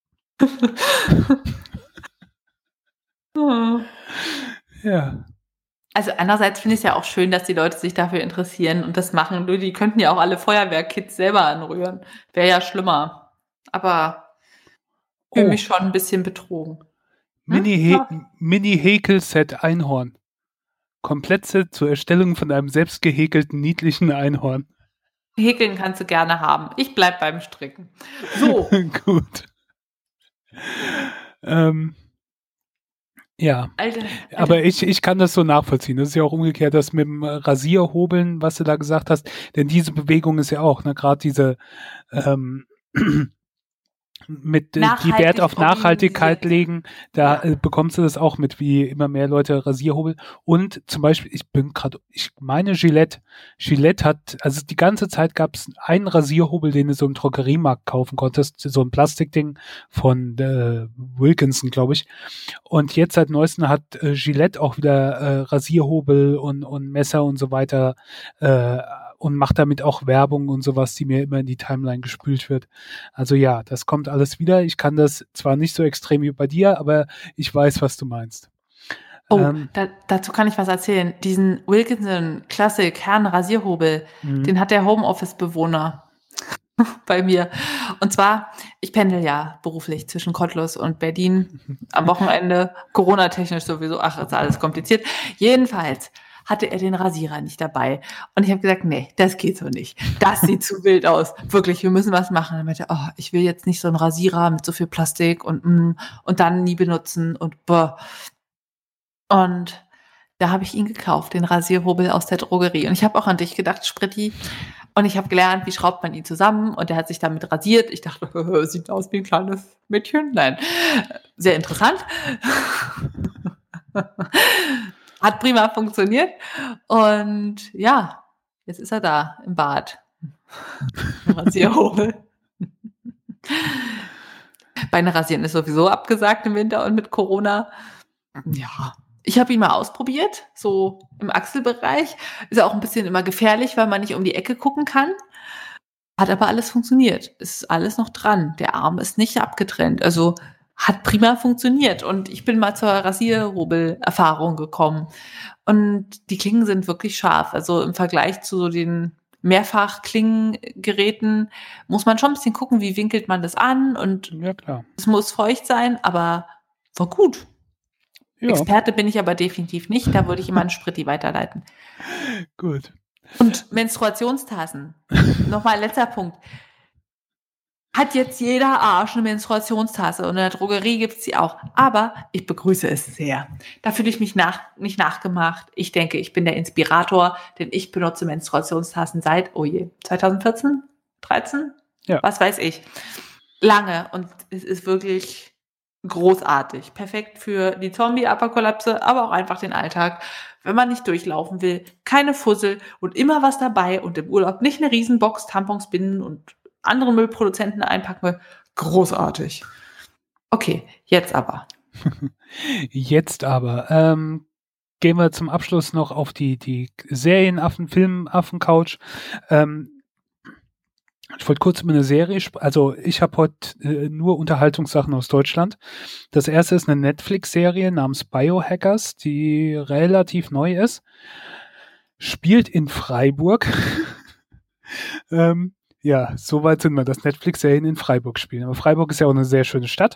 Ja. Also einerseits finde ich es ja auch schön, dass die Leute sich dafür interessieren und das machen. Nur die könnten ja auch alle Feuerwehrkits selber anrühren. Wäre ja schlimmer. Aber fühle mich schon ein bisschen betrogen. Mini-Häkel-Set Einhorn. Komplettset zur Erstellung von einem selbst gehäkelten niedlichen Einhorn. Häkeln kannst du gerne haben. Ich bleib beim Stricken. So. Gut. Ja, Alter. aber ich kann das so nachvollziehen. Das ist ja auch umgekehrt, das mit dem Rasierhobeln, was du da gesagt hast. Denn diese Bewegung ist ja auch, ne, gerade diese mit die Wert auf Nachhaltigkeit legen, da bekommst du das auch mit, wie immer mehr Leute Rasierhobel. Und zum Beispiel, ich meine Gillette hat, also die ganze Zeit gab es einen Rasierhobel, den du so im Drogeriemarkt kaufen konntest, so ein Plastikding von Wilkinson, glaube ich. Und jetzt seit neuestem hat Gillette auch wieder Rasierhobel und Messer und so weiter und macht damit auch Werbung und sowas, die mir immer in die Timeline gespült wird. Also ja, das kommt alles wieder. Ich kann das zwar nicht so extrem wie bei dir, aber ich weiß, was du meinst. Oh, dazu kann ich was erzählen. Diesen Wilkinson Classic Herren-Rasierhobel, den hat der Homeoffice-Bewohner bei mir. Und zwar, ich pendel ja beruflich zwischen Cottbus und Berlin. Am Wochenende, Corona-technisch sowieso, ach, ist alles kompliziert. Jedenfalls hatte er den Rasierer nicht dabei. Und ich habe gesagt, nee, das geht so nicht. Das sieht zu wild aus. Wirklich, wir müssen was machen. Und er meinte, oh, ich will jetzt nicht so einen Rasierer mit so viel Plastik und dann nie benutzen und boah. Und da habe ich ihn gekauft, den Rasierhobel aus der Drogerie. Und ich habe auch an dich gedacht, Spritti. Und ich habe gelernt, wie schraubt man ihn zusammen. Und er hat sich damit rasiert. Ich dachte, sieht aus wie ein kleines Mädchen. Nein, sehr interessant. Hat prima funktioniert. Und ja, jetzt ist er da im Bad. Rasierhobel. Beine rasieren ist sowieso abgesagt im Winter und mit Corona. Ja, ich habe ihn mal ausprobiert, so im Achselbereich. Ist auch ein bisschen immer gefährlich, weil man nicht um die Ecke gucken kann. Hat aber alles funktioniert. Ist alles noch dran. Der Arm ist nicht abgetrennt. Also hat prima funktioniert. Und ich bin mal zur Rasierhobel-Erfahrung gekommen. Und die Klingen sind wirklich scharf. Also im Vergleich zu so den Mehrfach-Klingengeräten muss man schon ein bisschen gucken, wie winkelt man das an. Und ja, klar. Es muss feucht sein, aber war gut. Ja. Experte bin ich aber definitiv nicht. Da würde ich immer einen Spritti weiterleiten. Gut. Und Menstruationstassen. Nochmal letzter Punkt. Hat jetzt jeder Arsch eine Menstruationstasse und in der Drogerie gibt es sie auch. Aber ich begrüße es sehr. Da fühle ich mich nicht nachgemacht. Ich denke, ich bin der Inspirator, denn ich benutze Menstruationstassen seit, 2014? 13? Ja. Was weiß ich. Lange. Und es ist wirklich großartig. Perfekt für die Zombie-Apokalypse, aber auch einfach den Alltag. Wenn man nicht durchlaufen will, keine Fussel und immer was dabei und im Urlaub nicht eine Riesenbox Tampons, Binden und andere Müllproduzenten einpacken will. Großartig. Okay, jetzt aber. Jetzt aber. Gehen wir zum Abschluss noch auf die Serienaffen, Filmaffen-Couch. Ich wollte kurz über eine Serie also ich habe heute nur Unterhaltungssachen aus Deutschland. Das erste ist eine Netflix-Serie namens Biohackers, die relativ neu ist. Spielt in Freiburg. Ja, soweit sind wir, dass Netflix-Serien in Freiburg spielen. Aber Freiburg ist ja auch eine sehr schöne Stadt.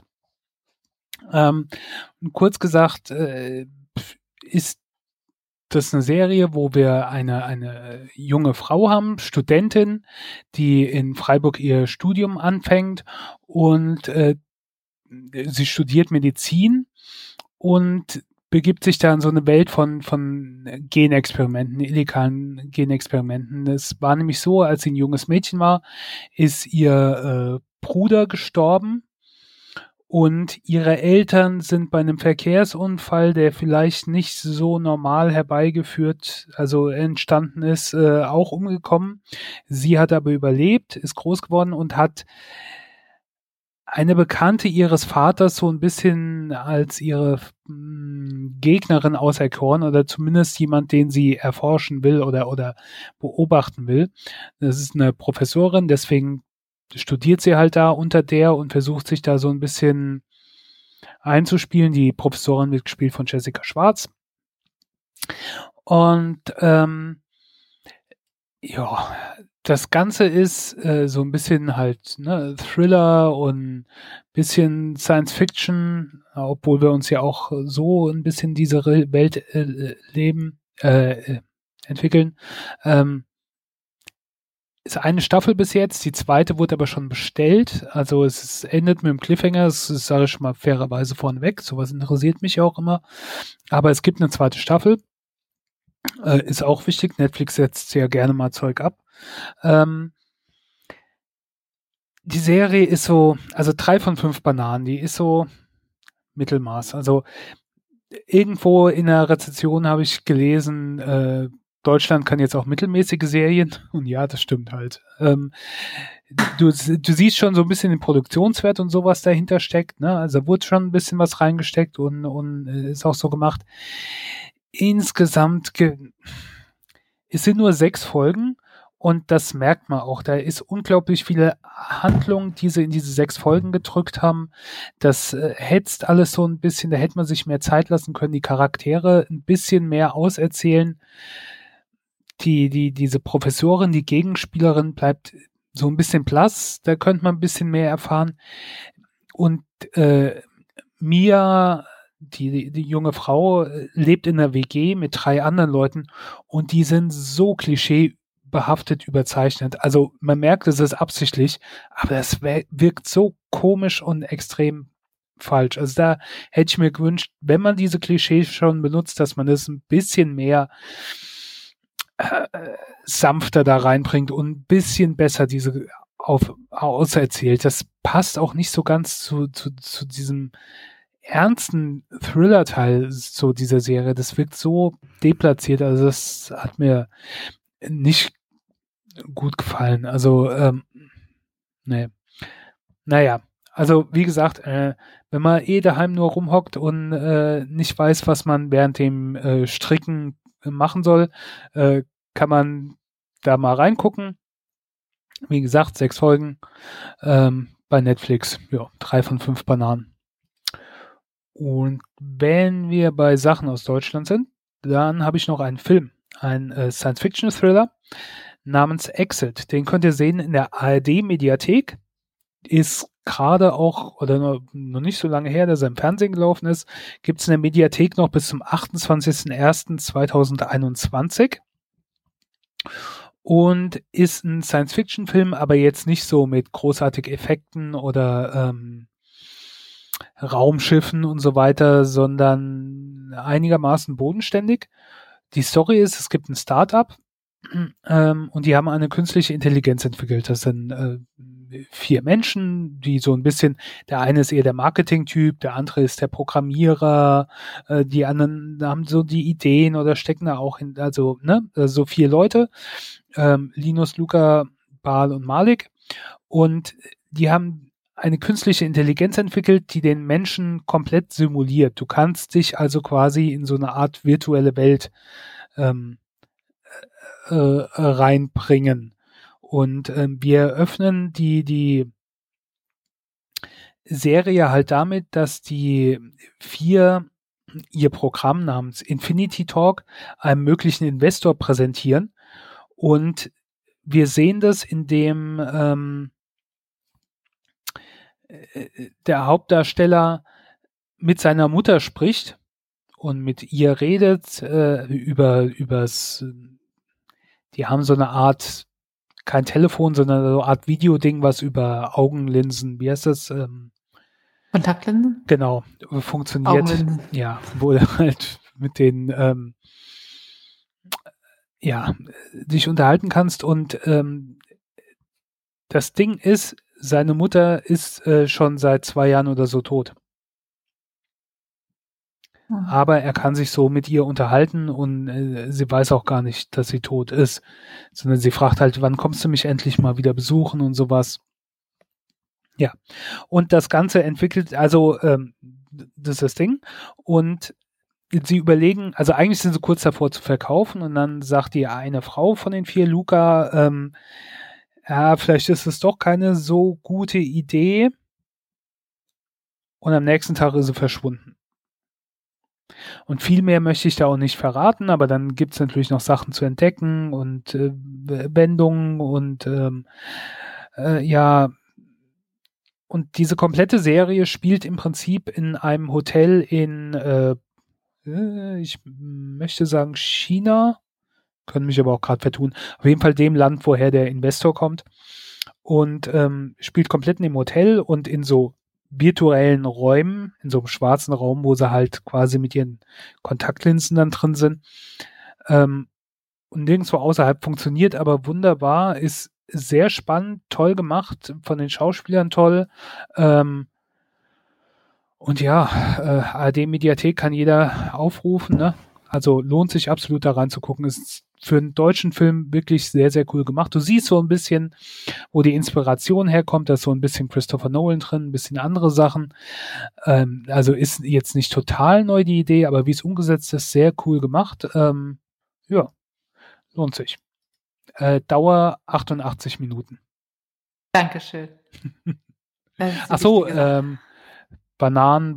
Kurz gesagt, ist das eine Serie, wo wir eine junge Frau haben, Studentin, die in Freiburg ihr Studium anfängt und sie studiert Medizin und begibt sich da in so eine Welt von Genexperimenten, illegalen Genexperimenten. Es war nämlich so, als sie ein junges Mädchen war, ist ihr Bruder gestorben. Und ihre Eltern sind bei einem Verkehrsunfall, der vielleicht nicht so normal herbeigeführt, also entstanden ist, auch umgekommen. Sie hat aber überlebt, ist groß geworden und hat eine Bekannte ihres Vaters so ein bisschen als ihre Gegnerin auserkoren oder zumindest jemand, den sie erforschen will oder beobachten will. Das ist eine Professorin, deswegen studiert sie halt da unter der und versucht sich da so ein bisschen einzuspielen. Die Professorin wird gespielt von Jessica Schwarz. Und ja, das Ganze ist so ein bisschen halt Thriller und bisschen Science Fiction, obwohl wir uns ja auch so ein bisschen diese Welt entwickeln. Ist eine Staffel bis jetzt, die zweite wurde aber schon bestellt, also endet mit dem Cliffhanger, das sage ich schon mal fairerweise vorneweg, sowas interessiert mich auch immer, aber es gibt eine zweite Staffel, ist auch wichtig, Netflix setzt ja gerne mal Zeug ab. Die Serie ist so, also 3 von 5 Bananen, die ist so Mittelmaß, also irgendwo in der Rezension habe ich gelesen, Deutschland kann jetzt auch mittelmäßige Serien. Und ja, das stimmt halt. Du siehst schon so ein bisschen den Produktionswert und sowas dahinter steckt. Ne? Also da wurde schon ein bisschen was reingesteckt und ist auch so gemacht. Insgesamt es sind nur 6 Folgen und das merkt man auch. Da ist unglaublich viele Handlungen, die sie in diese 6 Folgen gedrückt haben. Das hetzt alles so ein bisschen. Da hätte man sich mehr Zeit lassen können, die Charaktere ein bisschen mehr auserzählen. Diese Professorin, die Gegenspielerin bleibt so ein bisschen blass, da könnte man ein bisschen mehr erfahren. Und Mia, die junge Frau, lebt in einer WG mit 3 anderen Leuten und die sind so klischeebehaftet überzeichnet. Also man merkt, es ist absichtlich, aber es wirkt so komisch und extrem falsch. Also da hätte ich mir gewünscht, wenn man diese Klischees schon benutzt, dass man das ein bisschen mehr sanfter da reinbringt und ein bisschen besser diese auserzählt. Das passt auch nicht so ganz zu diesem ernsten Thriller-Teil so dieser Serie. Das wirkt so deplatziert. Also das hat mir nicht gut gefallen. Also nee. Naja, also wie gesagt, wenn man daheim nur rumhockt und nicht weiß, was man während dem Stricken machen soll, kann man da mal reingucken. Wie gesagt, 6 Folgen bei Netflix. Ja, 3 von 5 Bananen. Und wenn wir bei Sachen aus Deutschland sind, dann habe ich noch einen Film, einen Science-Fiction-Thriller namens Exit. Den könnt ihr sehen in der ARD-Mediathek. Ist gerade auch, oder noch nicht so lange her, dass er im Fernsehen gelaufen ist, gibt es in der Mediathek noch bis zum 28.01.2021 und ist ein Science-Fiction-Film, aber jetzt nicht so mit großartigen Effekten oder Raumschiffen und so weiter, sondern einigermaßen bodenständig. Die Story ist, es gibt ein Startup und die haben eine künstliche Intelligenz entwickelt. Das sind 4 Menschen, die so ein bisschen, der eine ist eher der Marketing-Typ, der andere ist der Programmierer, die anderen haben so die Ideen oder stecken da auch hin, also, ne, so 4 Leute, Linus, Luca, Baal und Malik, und die haben eine künstliche Intelligenz entwickelt, die den Menschen komplett simuliert. Du kannst dich also quasi in so eine Art virtuelle Welt reinbringen. Und wir öffnen die Serie halt damit, dass die 4 ihr Programm namens Infinity Talk einem möglichen Investor präsentieren. Und wir sehen das, indem der Hauptdarsteller mit seiner Mutter spricht und mit ihr redet übers, die haben so eine Art, kein Telefon, sondern so eine Art Videoding, was über Augenlinsen, wie heißt das? Kontaktlinsen? Genau, funktioniert. Augenlinsen. Ja, wo du halt mit den dich unterhalten kannst. Und das Ding ist, seine Mutter ist schon seit 2 Jahren oder so tot. Aber er kann sich so mit ihr unterhalten und sie weiß auch gar nicht, dass sie tot ist, sondern sie fragt halt, wann kommst du mich endlich mal wieder besuchen und sowas. Ja, und das Ganze entwickelt, also das ist das Ding, und sie überlegen, also eigentlich sind sie kurz davor zu verkaufen, und dann sagt die eine Frau von den 4, Luca, ja, vielleicht ist es doch keine so gute Idee, und am nächsten Tag ist sie verschwunden. Und viel mehr möchte ich da auch nicht verraten, aber dann gibt es natürlich noch Sachen zu entdecken und Wendungen und ja, und diese komplette Serie spielt im Prinzip in einem Hotel in, ich möchte sagen China, können mich aber auch gerade vertun, auf jeden Fall dem Land, woher der Investor kommt, und spielt komplett in dem Hotel und in so virtuellen Räumen, in so einem schwarzen Raum, wo sie halt quasi mit ihren Kontaktlinsen dann drin sind. Und nirgendwo außerhalb, funktioniert aber wunderbar, ist sehr spannend, toll gemacht, von den Schauspielern toll. Und ja, ARD-Mediathek kann jeder aufrufen, ne? Also lohnt sich absolut da reinzugucken. Ist für einen deutschen Film wirklich sehr, sehr cool gemacht. Du siehst so ein bisschen, wo die Inspiration herkommt. Da ist so ein bisschen Christopher Nolan drin, ein bisschen andere Sachen. Also ist jetzt nicht total neu die Idee, aber wie es umgesetzt ist, sehr cool gemacht. Ja, lohnt sich. Dauer 88 Minuten. Dankeschön. Ach so, Bananen.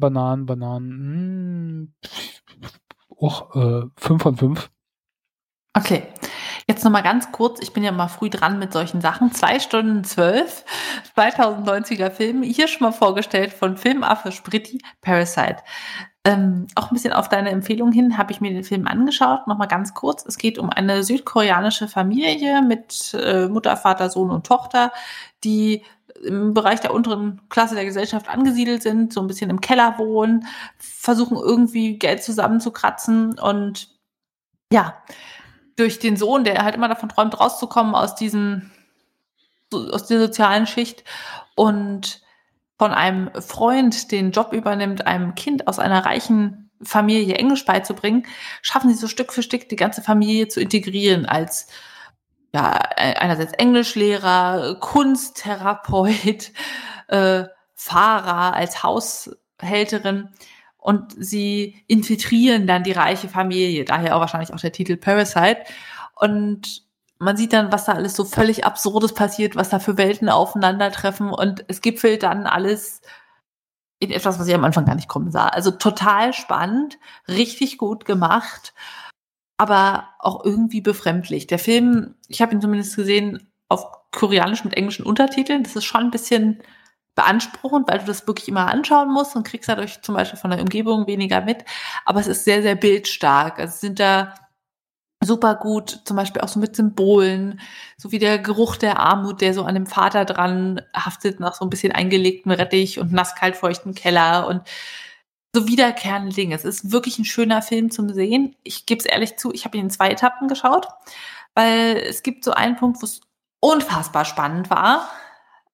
5 von 5. Okay, jetzt nochmal ganz kurz, ich bin ja mal früh dran mit solchen Sachen. 2 Stunden 12, 2090er Film, hier schon mal vorgestellt von Filmaffe Spritti, Parasite. Auch ein bisschen auf deine Empfehlung hin habe ich mir den Film angeschaut. Nochmal ganz kurz, es geht um eine südkoreanische Familie mit Mutter, Vater, Sohn und Tochter, die im Bereich der unteren Klasse der Gesellschaft angesiedelt sind, so ein bisschen im Keller wohnen, versuchen irgendwie Geld zusammenzukratzen und ja, durch den Sohn, der halt immer davon träumt, rauszukommen aus der sozialen Schicht, und von einem Freund den Job übernimmt, einem Kind aus einer reichen Familie Englisch beizubringen, schaffen sie so Stück für Stück die ganze Familie zu integrieren als ja, einerseits Englischlehrer, Kunsttherapeut, Fahrer, als Haushälterin, und sie infiltrieren dann die reiche Familie, daher auch wahrscheinlich auch der Titel Parasite, und man sieht dann, was da alles so völlig Absurdes passiert, was da für Welten aufeinandertreffen, und es gipfelt dann alles in etwas, was ich am Anfang gar nicht kommen sah. Also total spannend, richtig gut gemacht, aber auch irgendwie befremdlich. Der Film, ich habe ihn zumindest gesehen auf Koreanisch mit englischen Untertiteln. Das ist schon ein bisschen beanspruchend, weil du das wirklich immer anschauen musst und kriegst dadurch zum Beispiel von der Umgebung weniger mit. Aber es ist sehr, sehr bildstark. Also sind da super gut, zum Beispiel auch so mit Symbolen, so wie der Geruch der Armut, der so an dem Vater dran haftet, nach so ein bisschen eingelegtem Rettich und nass-kalt-feuchten Keller und so wiederkehrende Dinge. Es ist wirklich ein schöner Film zum Sehen. Ich gebe es ehrlich zu, ich habe ihn in 2 Etappen geschaut, weil es gibt so einen Punkt, wo es unfassbar spannend war.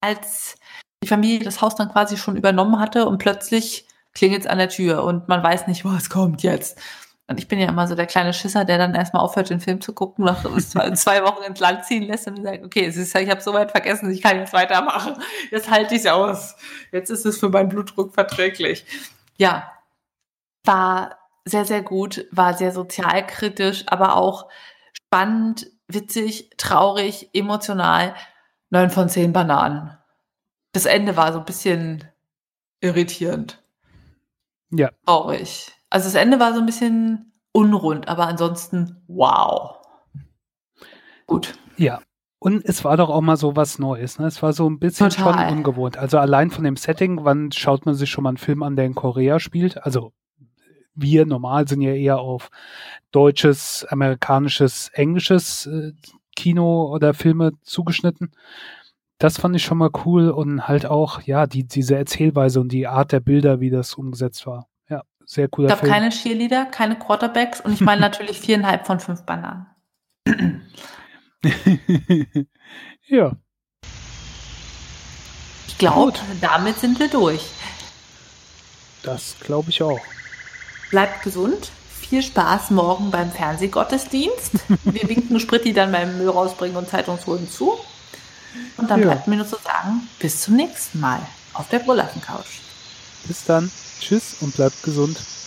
als die Familie das Haus dann quasi schon übernommen hatte und plötzlich klingelt's an der Tür und man weiß nicht, was kommt jetzt. Und ich bin ja immer so der kleine Schisser, der dann erstmal aufhört, den Film zu gucken, nach 2 Wochen ins Land ziehen lässt und sagt, okay, ich habe so weit vergessen, ich kann jetzt weitermachen. Jetzt halte ich es aus. Jetzt ist es für meinen Blutdruck verträglich. Ja, war sehr, sehr gut, war sehr sozialkritisch, aber auch spannend, witzig, traurig, emotional. 9 von 10 Bananen. Das Ende war so ein bisschen irritierend. Ja. Traurig. Also das Ende war so ein bisschen unrund, aber ansonsten wow. Gut. Ja. Und es war doch auch mal so was Neues, ne? Es war so ein bisschen schon ungewohnt. Also allein von dem Setting, wann schaut man sich schon mal einen Film an, der in Korea spielt? Also wir normal sind ja eher auf deutsches, amerikanisches, englisches Kino oder Filme zugeschnitten. Das fand ich schon mal cool und halt auch, ja, diese Erzählweise und die Art der Bilder, wie das umgesetzt war. Ja, sehr cooler Film. Ich Film. keine Cheerleader, keine Quarterbacks und ich meine natürlich 4,5 von 5 Bananen. Ja. Ich glaube, damit sind wir durch. Das glaube ich auch. Bleibt gesund. Viel Spaß morgen beim Fernsehgottesdienst. Wir winken Spritti dann beim Müll rausbringen und Zeitungsholen zu. Und dann bleibt mir nur zu sagen, bis zum nächsten Mal auf der Brüllaffen-Couch. Bis dann. Tschüss und bleibt gesund.